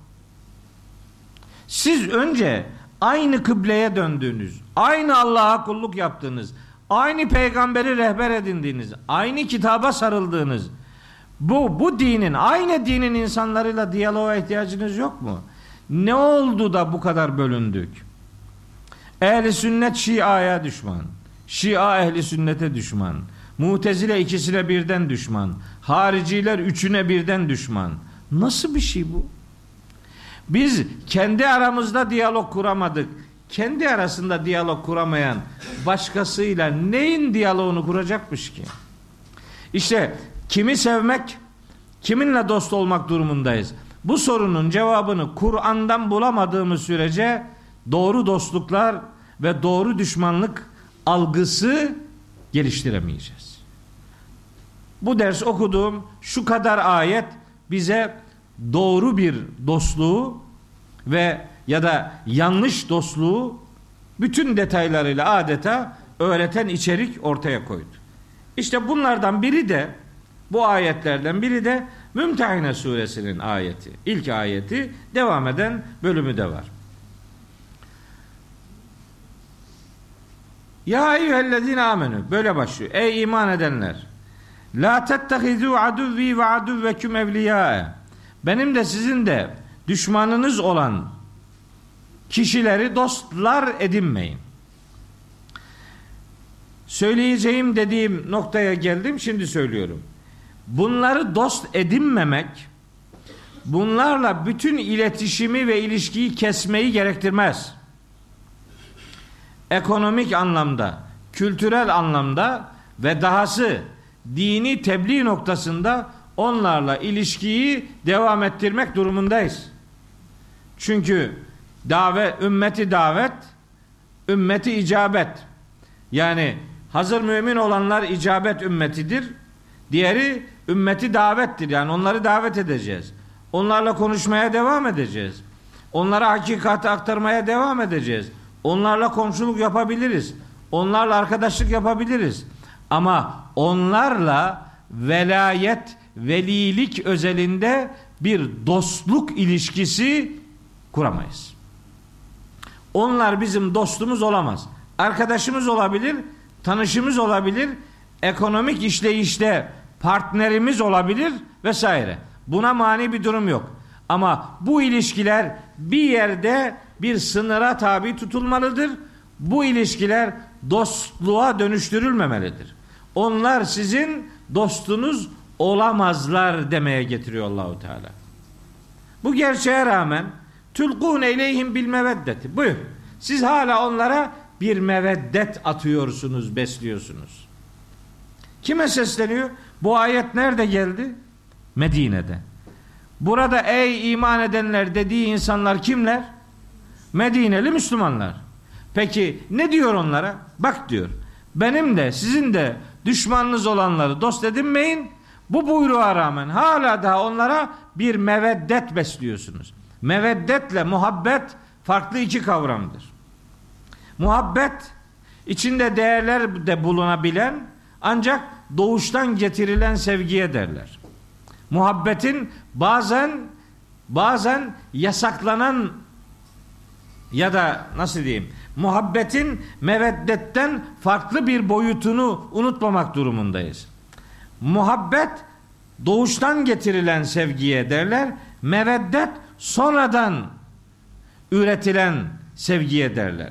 A: Siz önce aynı kıbleye döndüğünüz, aynı Allah'a kulluk yaptığınız, aynı peygamberi rehber edindiğiniz, aynı kitaba sarıldığınız, bu bu dinin, aynı dinin insanlarıyla diyaloğa ihtiyacınız yok mu? Ne oldu da bu kadar bölündük? Ehli sünnet Şia'ya düşman, Şia ehli sünnete düşman, Mutezile ikisine birden düşman, hariciler üçüne birden düşman. Nasıl bir şey bu? Biz kendi aramızda diyalog kuramadık. Kendi arasında diyalog kuramayan başkasıyla neyin diyaloğunu kuracakmış ki? İşte kimi sevmek, kiminle dost olmak durumundayız. Bu sorunun cevabını Kur'an'dan bulamadığımız sürece doğru dostluklar ve doğru düşmanlık algısı geliştiremeyeceğiz. Bu ders okuduğum şu kadar ayet bize doğru bir dostluğu ve ya da yanlış dostluğu bütün detaylarıyla adeta öğreten içerik ortaya koydu. İşte bunlardan biri de, bu ayetlerden biri de Mümtehine suresinin ayeti. İlk ayeti, devam eden bölümü de var. Ya eyyühellezine amenü, böyle başlıyor. Ey iman edenler, la tettehizû aduvvi ve aduvveküm evliyâe. Benim de sizin de düşmanınız olan kişileri dostlar edinmeyin. Söyleyeceğim dediğim noktaya geldim, şimdi söylüyorum. Bunları dost edinmemek, bunlarla bütün iletişimi ve ilişkiyi kesmeyi gerektirmez. Ekonomik anlamda, kültürel anlamda ve dahası dini tebliğ noktasında onlarla ilişkiyi devam ettirmek durumundayız. Çünkü davet, ümmeti davet, ümmeti icabet. Yani hazır mümin olanlar icabet ümmetidir. Diğeri ümmeti davettir. Yani onları davet edeceğiz. Onlarla konuşmaya devam edeceğiz. Onlara hakikati aktarmaya devam edeceğiz. Onlarla komşuluk yapabiliriz. Onlarla arkadaşlık yapabiliriz. Ama onlarla velayet, velilik özelinde bir dostluk ilişkisi kuramayız. Onlar bizim dostumuz olamaz. Arkadaşımız olabilir, tanışımız olabilir, ekonomik işleyişte partnerimiz olabilir vesaire. Buna mani bir durum yok. Ama bu ilişkiler bir yerde bir sınıra tabi tutulmalıdır. Bu ilişkiler dostluğa dönüştürülmemelidir. Onlar sizin dostunuz olamazlar demeye getiriyor Allahu Teala. Bu gerçeğe rağmen tülkûn eyleyhim bil meveddeti. Buyur. Siz hala onlara bir meveddet atıyorsunuz, besliyorsunuz. Kime sesleniyor? Bu ayet nerede geldi? Medine'de. Burada ey iman edenler dediği insanlar kimler? Medineli Müslümanlar. Peki ne diyor onlara? Bak diyor. Benim de sizin de düşmanınız olanları dost edinmeyin. Bu buyruğa rağmen hala daha onlara bir meveddet besliyorsunuz. Meveddetle muhabbet farklı iki kavramdır. Muhabbet içinde değerler de bulunabilen ancak doğuştan getirilen sevgiye derler. Muhabbetin bazen bazen yasaklanan ya da nasıl diyeyim, muhabbetin meveddetten farklı bir boyutunu unutmamak durumundayız. Muhabbet doğuştan getirilen sevgiye derler. Meveddet sonradan üretilen sevgiye derler.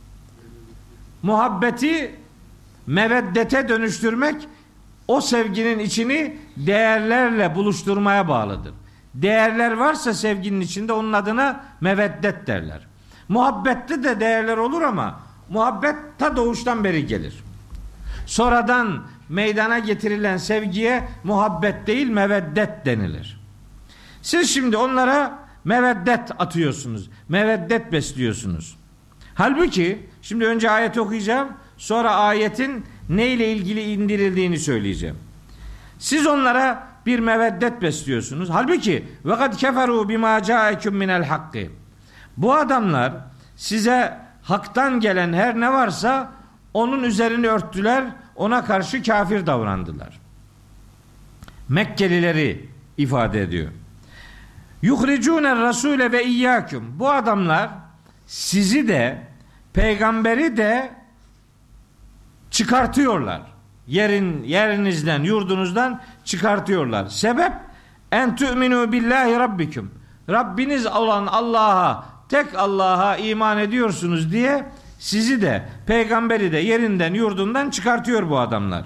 A: Muhabbeti meveddete dönüştürmek o sevginin içini değerlerle buluşturmaya bağlıdır. Değerler varsa sevginin içinde onun adına meveddet derler. Muhabbette de değerler olur ama muhabbet ta doğuştan beri gelir. Sonradan meydana getirilen sevgiye muhabbet değil meveddet denilir. Siz şimdi onlara meveddet atıyorsunuz. Meveddet besliyorsunuz. Halbuki şimdi önce ayeti okuyacağım. Sonra ayetin neyle ilgili indirildiğini söyleyeceğim. Siz onlara bir meveddet besliyorsunuz. Halbuki ve kad keferu bima ca'ekum minel hakkı. Bu adamlar size haktan gelen her ne varsa onun üzerini örttüler, ona karşı kafir davrandılar. Mekkelileri ifade ediyor. Yuhricûne rasûle ve iyyâküm. Bu adamlar sizi de peygamberi de çıkartıyorlar. Yerin yerinizden, yurdunuzdan çıkartıyorlar. Sebep en tu'minu billahi rabbikum. Rabbiniz olan Allah'a, tek Allah'a iman ediyorsunuz diye sizi de peygamberi de yerinden, yurdundan çıkartıyor bu adamlar.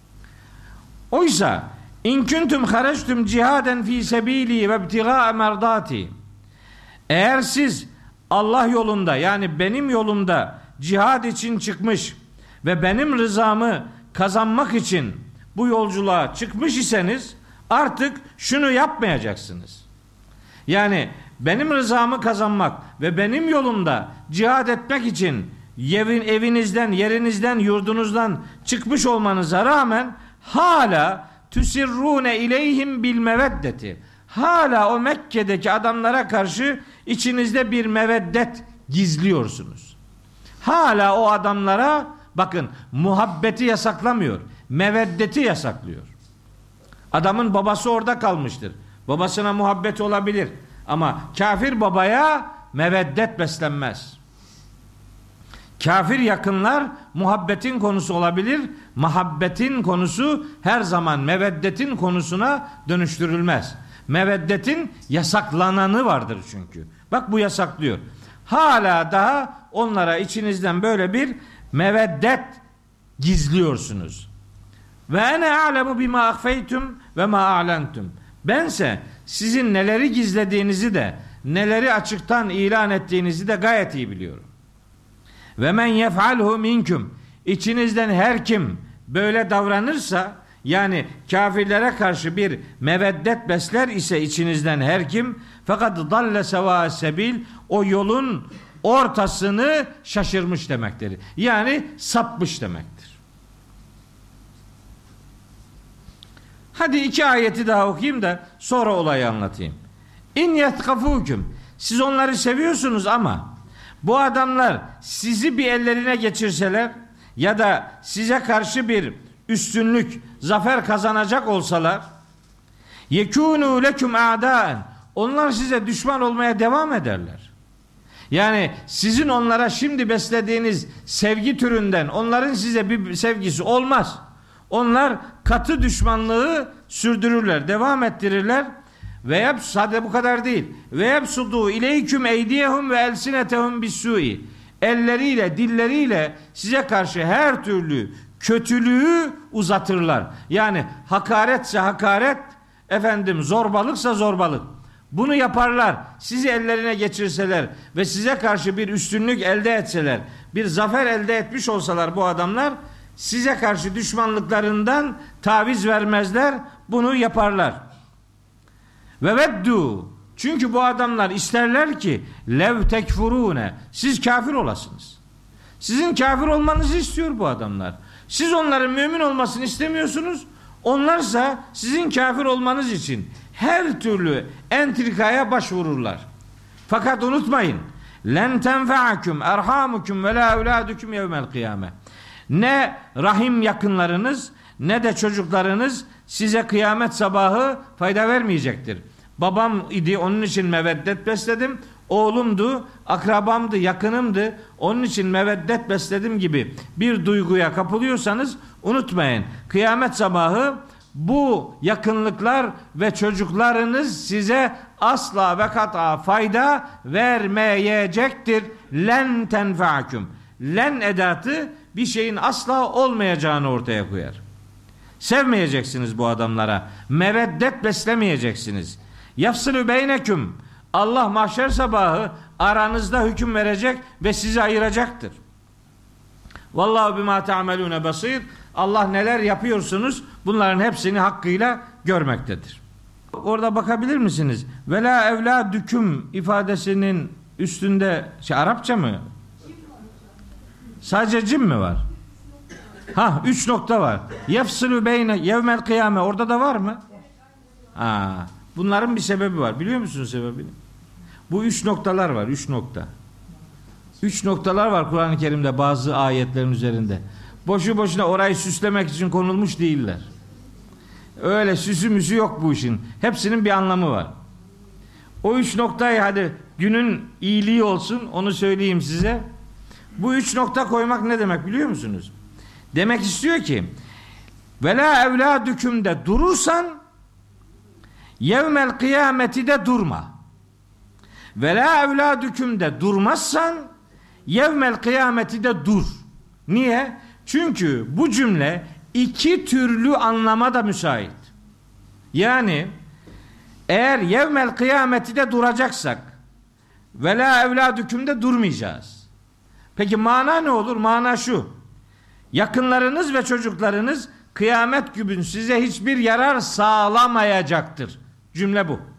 A: Oysa in kuntum harajtum cihaden fi sebili ve ibtigaa merdati. Eğer siz Allah yolunda, yani benim yolumda cihad için çıkmış ve benim rızamı kazanmak için bu yolculuğa çıkmış iseniz artık şunu yapmayacaksınız. Yani benim rızamı kazanmak ve benim yolumda cihad etmek için evin, evinizden, yerinizden, yurdunuzdan çıkmış olmanıza rağmen hala tüsirrune ileyhim bil meveddeti. Hala o Mekke'deki adamlara karşı içinizde bir meveddet gizliyorsunuz. Hala o adamlara bakın muhabbeti yasaklamıyor, meveddeti yasaklıyor. Adamın babası orada kalmıştır. Babasına muhabbet olabilir ama kafir babaya meveddet beslenmez. Kafir yakınlar muhabbetin konusu olabilir. Muhabbetin konusu her zaman meveddetin konusuna dönüştürülmez. Meveddetin yasaklananı vardır çünkü. Bak bu yasaklıyor. Hala daha onlara içinizden böyle bir meveddet gizliyorsunuz. Ve ene a'lemu bima ahfeytum ve ma a'lentum. Bense sizin neleri gizlediğinizi de neleri açıktan ilan ettiğinizi de gayet iyi biliyorum. Ve men yef'alhu minkum. İçinizden her kim böyle davranırsa, yani kafirlere karşı bir meveddet besler ise içinizden her kim fakat dalle seva sebil, o yolun ortasını şaşırmış demektir. Yani sapmış demektir. Hadi iki ayeti daha okuyayım da sonra olayı anlatayım. İn yetkafukum, siz onları seviyorsunuz ama bu adamlar sizi bir ellerine geçirseler ya da size karşı bir üstünlük, zafer kazanacak olsalar, yekûnû leküm a'dâen, onlar size düşman olmaya devam ederler. Yani sizin onlara şimdi beslediğiniz sevgi türünden onların size bir sevgisi olmaz. Onlar katı düşmanlığı sürdürürler, devam ettirirler. Ve yap sadece bu kadar değil. Ve yapsudu ileyküm eydiyehum ve elsinetehum bis-sui. Elleriyle, dilleriyle size karşı her türlü kötülüğü uzatırlar. Yani hakaretse hakaret, efendim zorbalıksa zorbalık. Bunu yaparlar. Sizi ellerine geçirseler ve size karşı bir üstünlük elde etseler, bir zafer elde etmiş olsalar bu adamlar, size karşı düşmanlıklarından taviz vermezler. Bunu yaparlar. Ve veddu, çünkü bu adamlar isterler ki lev tekfurune, siz kafir olasınız. Sizin kafir olmanızı istiyor bu adamlar. Siz onların mümin olmasını istemiyorsunuz. Onlarsa sizin kafir olmanız için her türlü entrikaya başvururlar. Fakat unutmayın, len tenfa'akum erhamukum ve la evladukum yevmel kıyame. Ne rahim yakınlarınız ne de çocuklarınız size kıyamet sabahı fayda vermeyecektir. Babam idi, onun için meveddet besledim. Oğlumdu, akrabamdı, yakınımdı, onun için meveddet besledim gibi bir duyguya kapılıyorsanız unutmayın. Kıyamet sabahı bu yakınlıklar ve çocuklarınız size asla ve kat'a fayda vermeyecektir. Len tenfa'akum. Len edatı bir şeyin asla olmayacağını ortaya koyar. Sevmeyeceksiniz bu adamlara. Meveddet beslemeyeceksiniz. Yafsılü beyneküm. Allah mahşer sabahı aranızda hüküm verecek ve sizi ayıracaktır. Vallahu bima ta'melune basir. Allah neler yapıyorsunuz bunların hepsini hakkıyla görmektedir. Orada bakabilir misiniz? Vela evladüküm ifadesinin üstünde şey, Arapça mı? Sadece cim mi var? Ha, üç nokta var. Yefsılü beyne yevmel kıyame, orada da var mı? Ha, bunların bir sebebi var. Biliyor musunuz sebebini? Bu üç noktalar var. Üç nokta. Üç noktalar var Kur'an-ı Kerim'de bazı ayetlerin üzerinde. Boşu boşuna orayı süslemek için konulmuş değiller. Öyle süsü müsü yok bu işin. Hepsinin bir anlamı var. O üç noktayı hadi günün iyiliği olsun onu söyleyeyim size. Bu üç nokta koymak ne demek biliyor musunuz? Demek istiyor ki vela evladükümde durursan yevmel kıyameti de durma. Vela evladükümde durmazsan yevmel kıyameti de dur. Niye? Çünkü bu cümle iki türlü anlama da müsait. Yani eğer yevmel kıyameti de duracaksak vela evladükümde durmayacağız. Peki mana ne olur? Mana şu: yakınlarınız ve çocuklarınız kıyamet günü size hiçbir yarar sağlamayacaktır. Cümle bu.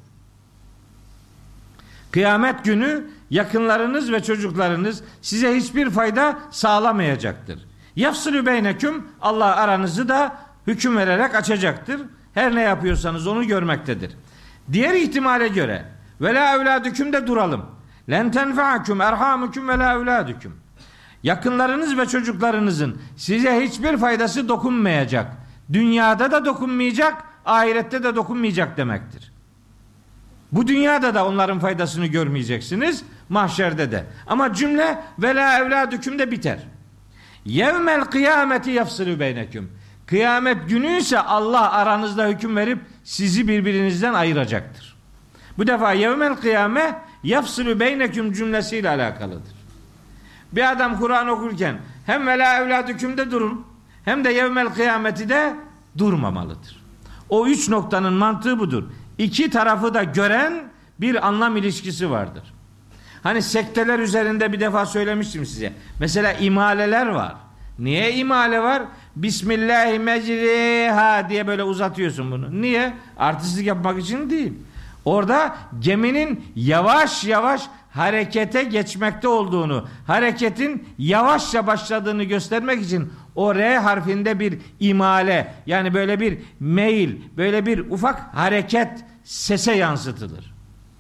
A: Kıyamet günü yakınlarınız ve çocuklarınız size hiçbir fayda sağlamayacaktır. Yafsılü beyneküm, Allah aranızı da hüküm vererek açacaktır. Her ne yapıyorsanız onu görmektedir. Diğer ihtimale göre ve la evladüküm de duralım. Len tenfa'akum erhamukum ve la evladüküm. Yakınlarınız ve çocuklarınızın size hiçbir faydası dokunmayacak. Dünyada da dokunmayacak, ahirette de dokunmayacak demektir. Bu dünyada da onların faydasını görmeyeceksiniz, mahşerde de. Ama cümle ve la evladüküm de biter. Yevmel kıyameti yafsılü beyneküm. Kıyamet günü ise Allah aranızda hüküm verip sizi birbirinizden ayıracaktır. Bu defa yevmel kıyame yafsılü beyneküm cümlesiyle alakalıdır. Bir adam Kur'an okurken hem ve la evladükümde durun hem de yevmel kıyameti de durmamalıdır. O üç noktanın mantığı budur. İki tarafı da gören bir anlam ilişkisi vardır. Hani sekteler üzerinde bir defa söylemiştim size. Mesela imaleler var. Niye imale var? Bismillahi mecriha diye böyle uzatıyorsun bunu. Niye? Artistlik yapmak için değil. Orada geminin yavaş yavaş harekete geçmekte olduğunu, hareketin yavaşça başladığını göstermek için o R harfinde bir imale, yani böyle bir meyil, böyle bir ufak hareket sese yansıtılır.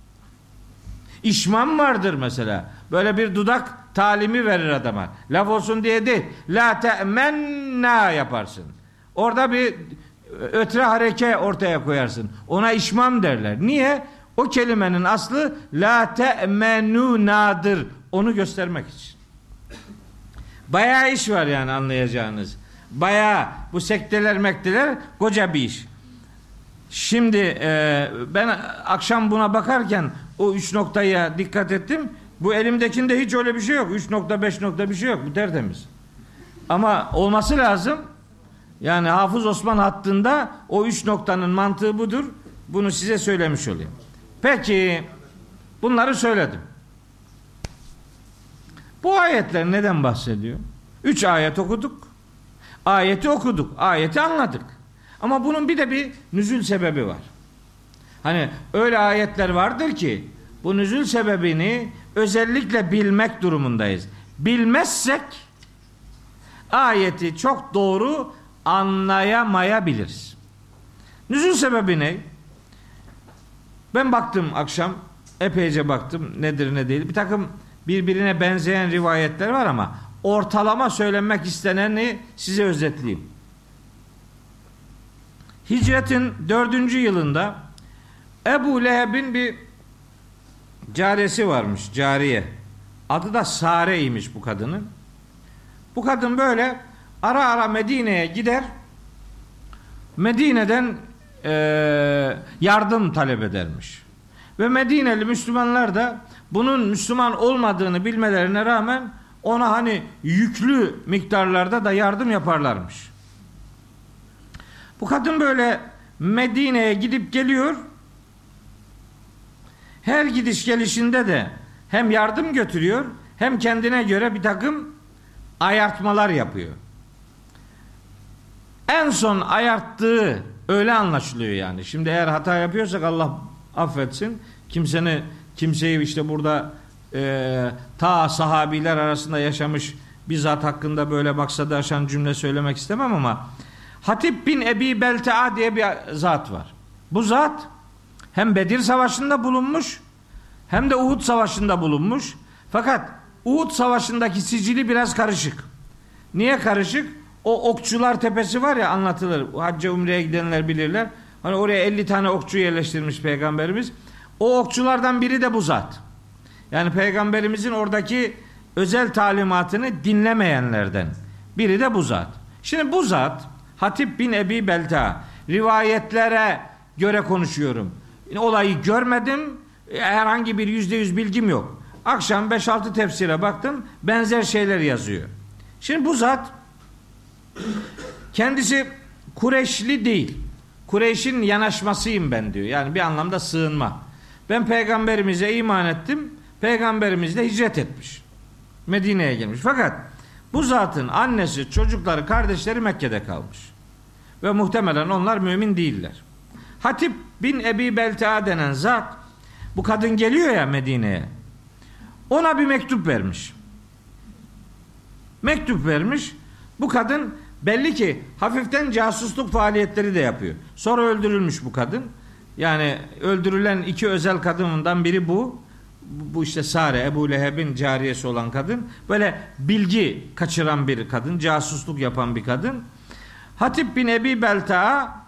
A: İşmam vardır mesela. Böyle bir dudak talimi verir adama. Laf olsun diye değil. La te'menna yaparsın. Orada bir ötre hareke ortaya koyarsın. Ona işmam derler. Niye? O kelimenin aslı la te'menuna'dır. Onu göstermek için. Bayağı iş var yani, anlayacağınız. Bayağı bu sekteler mekteler koca bir iş. Şimdi e, ben akşam buna bakarken o üç noktaya dikkat ettim. Bu elimdekinde hiç öyle bir şey yok. üç nokta beş nokta bir şey yok. Bu tertemiz. Ama olması lazım. Yani Hafız Osman hattında o üç noktanın mantığı budur. Bunu size söylemiş olayım. Peki bunları söyledim. Bu ayetler neden bahsediyor? Üç ayet okuduk. Ayeti okuduk. Ayeti anladık. Ama bunun bir de bir nüzül sebebi var. Hani öyle ayetler vardır ki bu nüzül sebebini özellikle bilmek durumundayız. Bilmezsek ayeti çok doğru anlayamayabiliriz. Nüzül sebebi ne? Ben baktım akşam, epeyce baktım nedir ne değil. Bir takım birbirine benzeyen rivayetler var ama ortalama söylenmek isteneni size özetleyeyim. Hicretin dördüncü yılında Ebu Leheb'in bir cariyesi varmış, cariye. Adı da Sare'ymiş bu kadının. Bu kadın böyle ara ara Medine'ye gider. Medine'den e, yardım talep edermiş. Ve Medineli Müslümanlar da bunun Müslüman olmadığını bilmelerine rağmen ona hani yüklü miktarlarda da yardım yaparlarmış. Bu kadın böyle Medine'ye gidip geliyor. Her gidiş gelişinde de hem yardım götürüyor hem kendine göre bir takım ayartmalar yapıyor. En son ayarttığı öyle anlaşılıyor yani. Şimdi eğer hata yapıyorsak Allah affetsin. Kimsenin kimseyi işte burada e, ta sahabiler arasında yaşamış bir zat hakkında böyle maksadı aşan cümle söylemek istemem ama Hatip bin Ebi Belta'a diye bir zat var. Bu zat hem Bedir Savaşı'nda bulunmuş hem de Uhud Savaşı'nda bulunmuş. Fakat Uhud Savaşı'ndaki sicili biraz karışık. Niye karışık? O okçular tepesi var ya, anlatılır. Hacca umreye gidenler bilirler. Hani oraya elli tane okçu yerleştirmiş Peygamberimiz. O okçulardan biri de bu zat. Yani Peygamberimizin oradaki özel talimatını dinlemeyenlerden biri de bu zat. Şimdi bu zat Hatip bin Ebi Belta, rivayetlere göre konuşuyorum. Olayı görmedim. Herhangi bir yüzde yüz bilgim yok. Akşam beş altı tefsire baktım. Benzer şeyler yazıyor. Şimdi bu zat kendisi Kureyşli değil. Kureyş'in yanaşmasıyım ben diyor. Yani bir anlamda sığınma. Ben peygamberimize iman ettim. Peygamberimiz de hicret etmiş. Medine'ye gelmiş. Fakat bu zatın annesi, çocukları, kardeşleri Mekke'de kalmış. Ve muhtemelen onlar mümin değiller. Hatip bin Ebi Belta'a denen zat, bu kadın geliyor ya Medine'ye. Ona bir mektup vermiş. Mektup vermiş. Bu kadın belli ki hafiften casusluk faaliyetleri de yapıyor. Sonra öldürülmüş bu kadın. Yani öldürülen iki özel kadından biri bu. Bu işte Sare, Ebu Leheb'in cariyesi olan kadın. Böyle bilgi kaçıran bir kadın, casusluk yapan bir kadın. Hatip bin Ebi Belta'a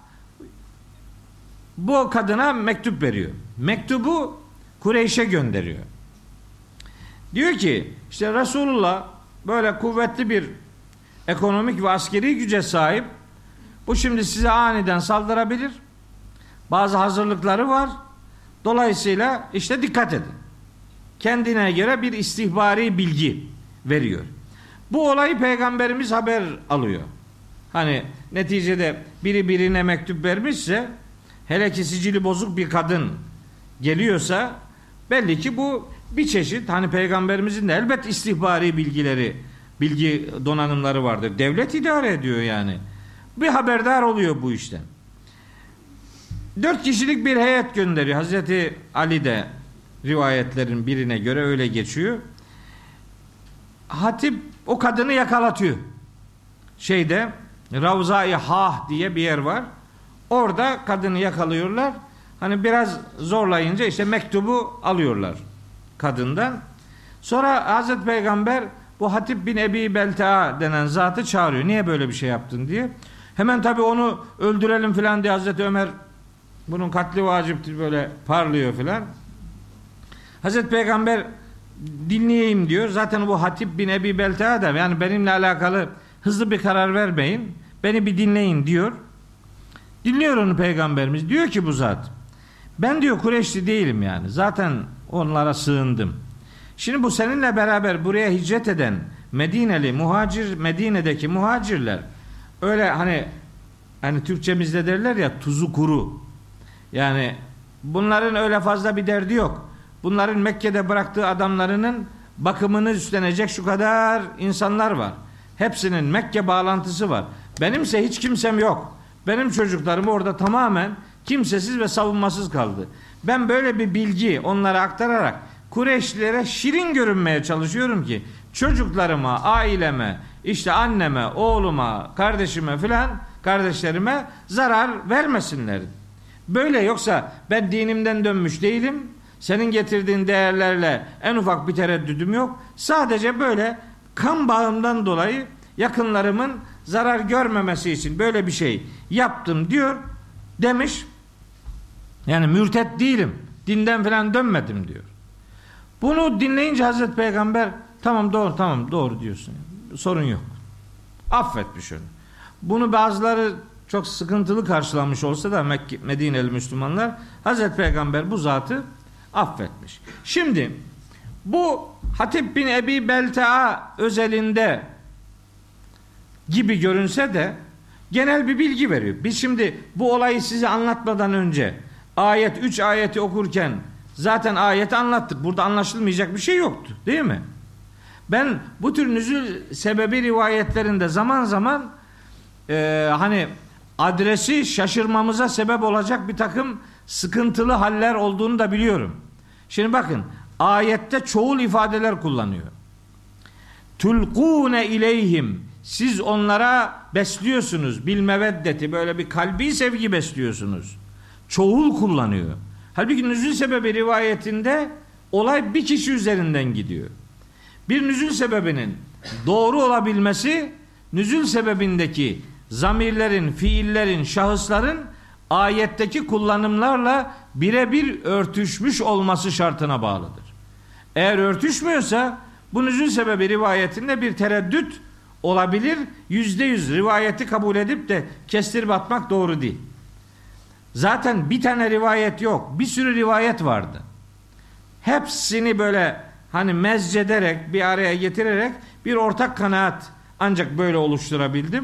A: bu kadına mektup veriyor. Mektubu Kureyş'e gönderiyor. Diyor ki işte Resulullah böyle kuvvetli bir ekonomik ve askeri güce sahip. Bu şimdi size aniden saldırabilir. Bazı hazırlıkları var. Dolayısıyla işte dikkat edin. Kendine göre bir istihbari bilgi veriyor. Bu olayı Peygamberimiz haber alıyor. Hani neticede biri birine mektup vermişse, hele ki sicili bozuk bir kadın geliyorsa belli ki bu bir çeşit, hani Peygamberimizin de elbet istihbari bilgileri bilgi donanımları vardır. Devlet idare ediyor yani. Bir haberdar oluyor bu işten. Dört kişilik bir heyet gönderiyor. Hazreti Ali de rivayetlerin birine göre öyle geçiyor. Hatip o kadını yakalatıyor. Şeyde Ravza-i Hah diye bir yer var. Orada kadını yakalıyorlar. Hani biraz zorlayınca işte mektubu alıyorlar kadından. Sonra Hazreti Peygamber bu Hatip bin Ebi Belta'a denen zatı çağırıyor. Niye böyle bir şey yaptın diye. Hemen tabii onu öldürelim filan diye Hazreti Ömer bunun katli vaciptir böyle parlıyor filan. Hazreti Peygamber dinleyeyim diyor. Zaten bu Hatip bin Ebi Belta'a da yani benimle alakalı hızlı bir karar vermeyin. Beni bir dinleyin diyor. Dinliyor onu Peygamberimiz. Diyor ki bu zat, ben diyor Kureyşli değilim yani. Zaten onlara sığındım. Şimdi bu seninle beraber buraya hicret eden Medineli muhacir, Medine'deki muhacirler öyle hani hani Türkçemizde derler ya tuzu kuru. Yani bunların öyle fazla bir derdi yok. Bunların Mekke'de bıraktığı adamlarının bakımını üstlenecek şu kadar insanlar var. Hepsinin Mekke bağlantısı var. Benimse hiç kimsem yok. Benim çocuklarım orada tamamen kimsesiz ve savunmasız kaldı. Ben böyle bir bilgi onlara aktararak Kureyşlilere şirin görünmeye çalışıyorum ki çocuklarıma, aileme, işte anneme, oğluma, kardeşime filan, kardeşlerime zarar vermesinler. Böyle yoksa ben dinimden dönmüş değilim. Senin getirdiğin değerlerle en ufak bir tereddüdüm yok. Sadece böyle kan bağımdan dolayı yakınlarımın zarar görmemesi için böyle bir şey yaptım diyor demiş. Yani mürtet değilim. Dinden falan dönmedim diyor. Bunu dinleyince Hazreti Peygamber tamam doğru tamam doğru diyorsun. Sorun yok. Affetmiş onu. Bunu bazıları çok sıkıntılı karşılamış olsa da Mekke, Medineli Müslümanlar Hazreti Peygamber bu zatı affetmiş. Şimdi bu Hatip bin Ebi Belta'a özelinde gibi görünse de genel bir bilgi veriyor. Biz şimdi bu olayı size anlatmadan önce ayet üç ayeti okurken zaten ayeti anlattık. Burada anlaşılmayacak bir şey yoktu. Değil mi? Ben bu tür nüzul sebebi rivayetlerinde zaman zaman e, hani adresi şaşırmamıza sebep olacak bir takım sıkıntılı haller olduğunu da biliyorum. Şimdi bakın ayette çoğul ifadeler kullanıyor. Tulqune ileyhim, siz onlara besliyorsunuz bil meveddeti, böyle bir kalbi sevgi besliyorsunuz. Çoğul kullanıyor. Halbuki nüzul sebebi rivayetinde olay bir kişi üzerinden gidiyor. Bir nüzul sebebinin doğru olabilmesi nüzul sebebindeki zamirlerin, fiillerin, şahısların ayetteki kullanımlarla birebir örtüşmüş olması şartına bağlıdır. Eğer örtüşmüyorsa bu nüzul sebebi rivayetinde bir tereddüt olabilir. Yüzde yüz rivayeti kabul edip de kestirip atmak doğru değil. Zaten bir tane rivayet yok. Bir sürü rivayet vardı. Hepsini böyle hani mezcederek bir araya getirerek bir ortak kanaat ancak böyle oluşturabildim.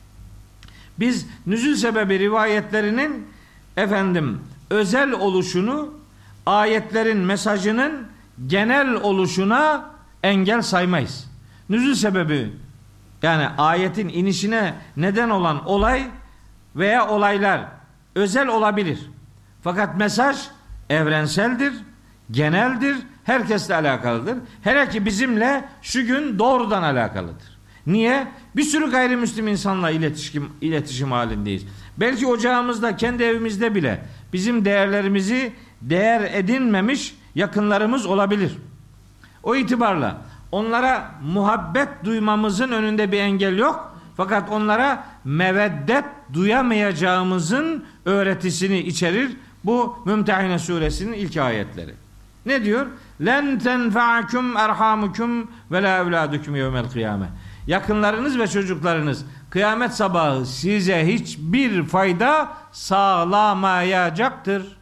A: Biz nüzul sebebi rivayetlerinin efendim özel oluşunu ayetlerin mesajının genel oluşuna engel saymayız. Nüzul sebebi yani ayetin inişine neden olan olay veya olaylar özel olabilir. Fakat mesaj evrenseldir, geneldir, herkesle alakalıdır. Hele ki bizimle şu gün doğrudan alakalıdır. Niye? Bir sürü gayrimüslim insanla iletişim, iletişim halindeyiz. Belki ocağımızda, kendi evimizde bile bizim değerlerimizi değer edinmemiş yakınlarımız olabilir. O itibarla onlara muhabbet duymamızın önünde bir engel yok. Fakat onlara meveddet duyamayacağımızın öğretisini içerir bu Mümtehine suresinin ilk ayetleri. Ne diyor? Len tenfa'akum erhamukum ve la evladukum yevmel kıyame. Yakınlarınız ve çocuklarınız kıyamet sabahı size hiçbir fayda sağlamayacaktır.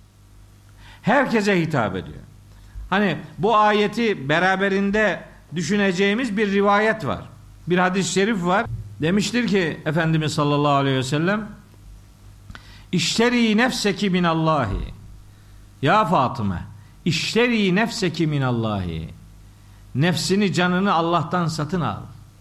A: Herkese hitap ediyor. Hani bu ayeti beraberinde düşüneceğimiz bir rivayet var. Bir hadis-i şerif var. Demiştir ki Efendimiz sallallahu aleyhi ve sellem İşteri nefseki minallahi. Ya Fatıma, işteri nefseki minallahi. Nefsini, canını Allah'tan satın al.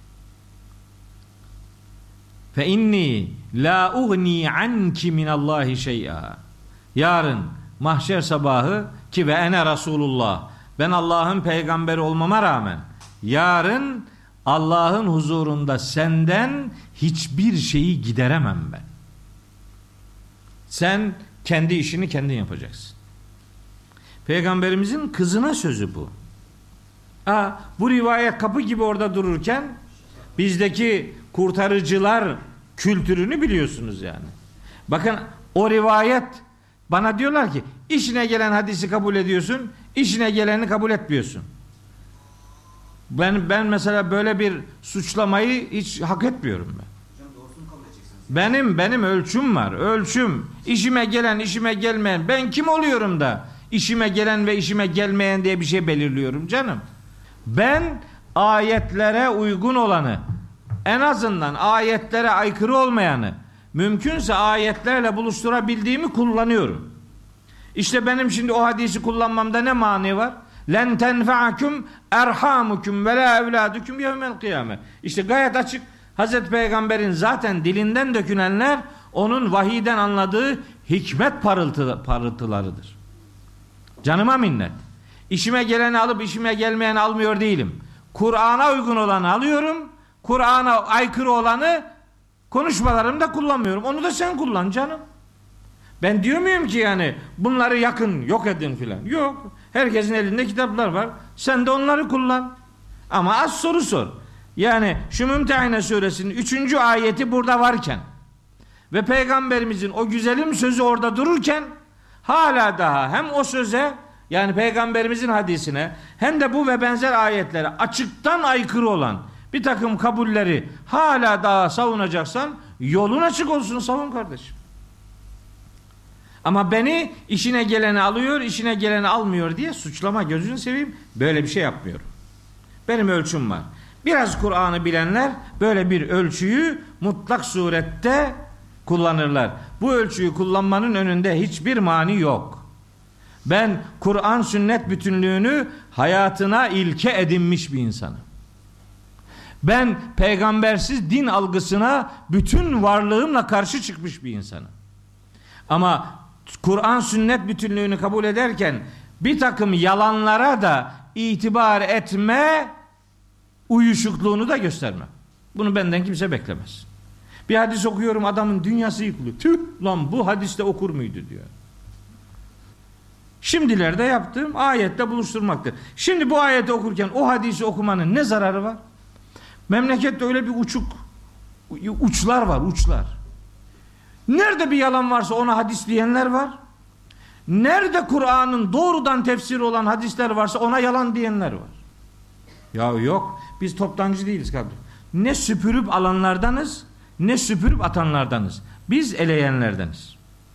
A: Fe inni la ugni anki minallahi şey'a. Yarın mahşer sabahı ki ve ene Resulullah. Ben Allah'ın peygamberi olmama rağmen yarın Allah'ın huzurunda senden hiçbir şeyi gideremem ben. Sen kendi işini kendin yapacaksın. Peygamberimizin kızına sözü bu. Aa, bu rivayet kapı gibi orada dururken bizdeki kurtarıcılar kültürünü biliyorsunuz yani. Bakın o rivayet bana diyorlar ki işine gelen hadisi kabul ediyorsun, işine geleni kabul etmiyorsun. Ben ben mesela böyle bir suçlamayı hiç hak etmiyorum ben. Benim benim ölçüm var. Ölçüm. İşime gelen, işime gelmeyen. Ben kim oluyorum da işime gelen ve işime gelmeyen diye bir şey belirliyorum canım. Ben ayetlere uygun olanı, en azından ayetlere aykırı olmayanı, mümkünse ayetlerle buluşturabildiğimi kullanıyorum. İşte benim şimdi o hadisi kullanmamda ne mani var? Len tenfa'akum erhamukum ve la evladukum yevmel kıyame. İşte gayet açık. Hazreti Peygamber'in zaten dilinden dökülenler onun vahiyden anladığı hikmet parıltı, parıltılarıdır. Canıma minnet. İşime geleni alıp işime gelmeyeni almıyor değilim. Kur'an'a uygun olanı alıyorum. Kur'an'a aykırı olanı konuşmalarımda kullanmıyorum. Onu da sen kullan canım. Ben diyor muyum ki yani bunları yakın, yok edin filan? Yok. Herkesin elinde kitaplar var. Sen de onları kullan. Ama az soru sor. Yani şu Mümtehine suresinin üçüncü ayeti burada varken ve Peygamberimizin o güzelim sözü orada dururken hala daha hem o söze yani Peygamberimizin hadisine hem de bu ve benzer ayetlere açıktan aykırı olan bir takım kabulleri hala daha savunacaksan yolun açık olsun, savun kardeşim. Ama beni işine geleni alıyor, işine geleni almıyor diye suçlama, gözünü seveyim, böyle bir şey yapmıyorum. Benim ölçüm var. Biraz Kur'an'ı bilenler böyle bir ölçüyü mutlak surette kullanırlar. Bu ölçüyü kullanmanın önünde hiçbir mani yok. Ben Kur'an sünnet bütünlüğünü hayatına ilke edinmiş bir insanım. Ben peygambersiz din algısına bütün varlığımla karşı çıkmış bir insanım. Ama Kur'an sünnet bütünlüğünü kabul ederken bir takım yalanlara da itibar etme uyuşukluğunu da göstermem. Bunu benden kimse beklemez. Bir hadis okuyorum, adamın dünyası yıkılıyor. Tüh lan, bu hadiste okur muydu diyor. Şimdilerde yaptığım ayette buluşturmaktır. Şimdi bu ayeti okurken o hadisi okumanın ne zararı var? Memlekette öyle bir uçuk uçlar var, uçlar. Nerede bir yalan varsa ona hadis diyenler var. Nerede Kur'an'ın doğrudan tefsiri olan hadisler varsa ona yalan diyenler var. Ya yok, biz toptancı değiliz kardeşim. Ne süpürüp alanlardanız, ne süpürüp atanlardanız. Biz eleyenlerdeniz.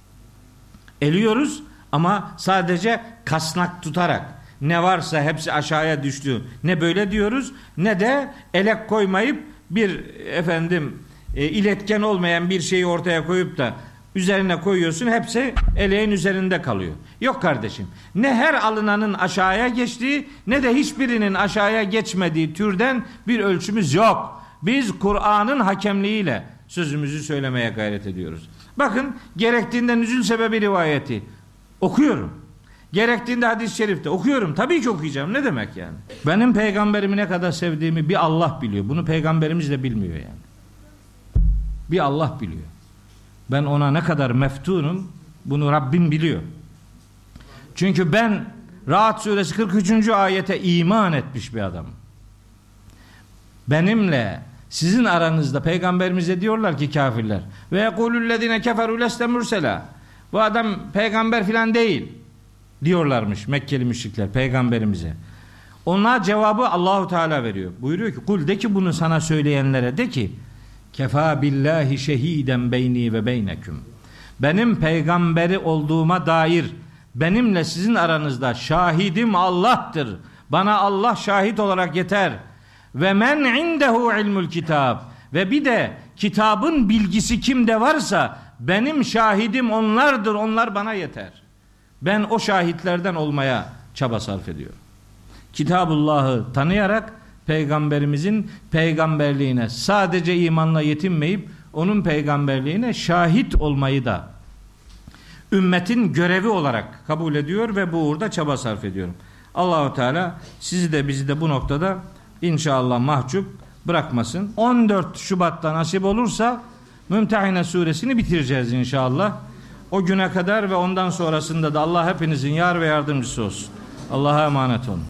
A: Eliyoruz ama sadece kasnak tutarak, ne varsa hepsi aşağıya düştü. Ne böyle diyoruz, ne de elek koymayıp bir efendim e, iletken olmayan bir şeyi ortaya koyup da üzerine koyuyorsun, hepsi eleğin üzerinde kalıyor. Yok kardeşim. Ne her alınanın aşağıya geçtiği ne de hiçbirinin aşağıya geçmediği türden bir ölçümüz yok. Biz Kur'an'ın hakemliğiyle sözümüzü söylemeye gayret ediyoruz. Bakın, gerektiğinde nüzul sebebi rivayeti okuyorum. Gerektiğinde hadis-i şerifte okuyorum. Tabii ki okuyacağım. Ne demek yani? Benim peygamberimi ne kadar sevdiğimi bir Allah biliyor. Bunu peygamberimiz de bilmiyor yani. Bir Allah biliyor. Ben ona ne kadar meftunum, bunu Rabbim biliyor. Çünkü ben Ra'd suresi kırk üçüncü ayete iman etmiş bir adamım. Benimle sizin aranızda peygamberimize diyorlar ki kafirler, ve yekulüllezine keferu leste mürsela, bu adam peygamber filan değil diyorlarmış Mekkeli müşrikler peygamberimize. Ona cevabı Allahu Teala veriyor. Buyuruyor ki kul, de ki bunu sana söyleyenlere de ki kefa billahi şehiden beyni ve beyneküm. Benim peygamberi olduğuma dair benimle sizin aranızda şahidim Allah'tır. Bana Allah şahit olarak yeter. Ve men indehu ilmul kitab. Ve bir de kitabın bilgisi kimde varsa benim şahidim onlardır. Onlar bana yeter. Ben o şahitlerden olmaya çaba sarf ediyorum. Kitabullah'ı tanıyarak peygamberimizin peygamberliğine sadece imanla yetinmeyip onun peygamberliğine şahit olmayı da ümmetin görevi olarak kabul ediyor ve bu uğurda çaba sarf ediyorum. Allahu Teala sizi de bizi de bu noktada inşallah mahcup bırakmasın. on dört Şubat'ta nasip olursa Mümtehine suresini bitireceğiz inşallah. O güne kadar ve ondan sonrasında da Allah hepinizin yar ve yardımcısı olsun. Allah'a emanet olun.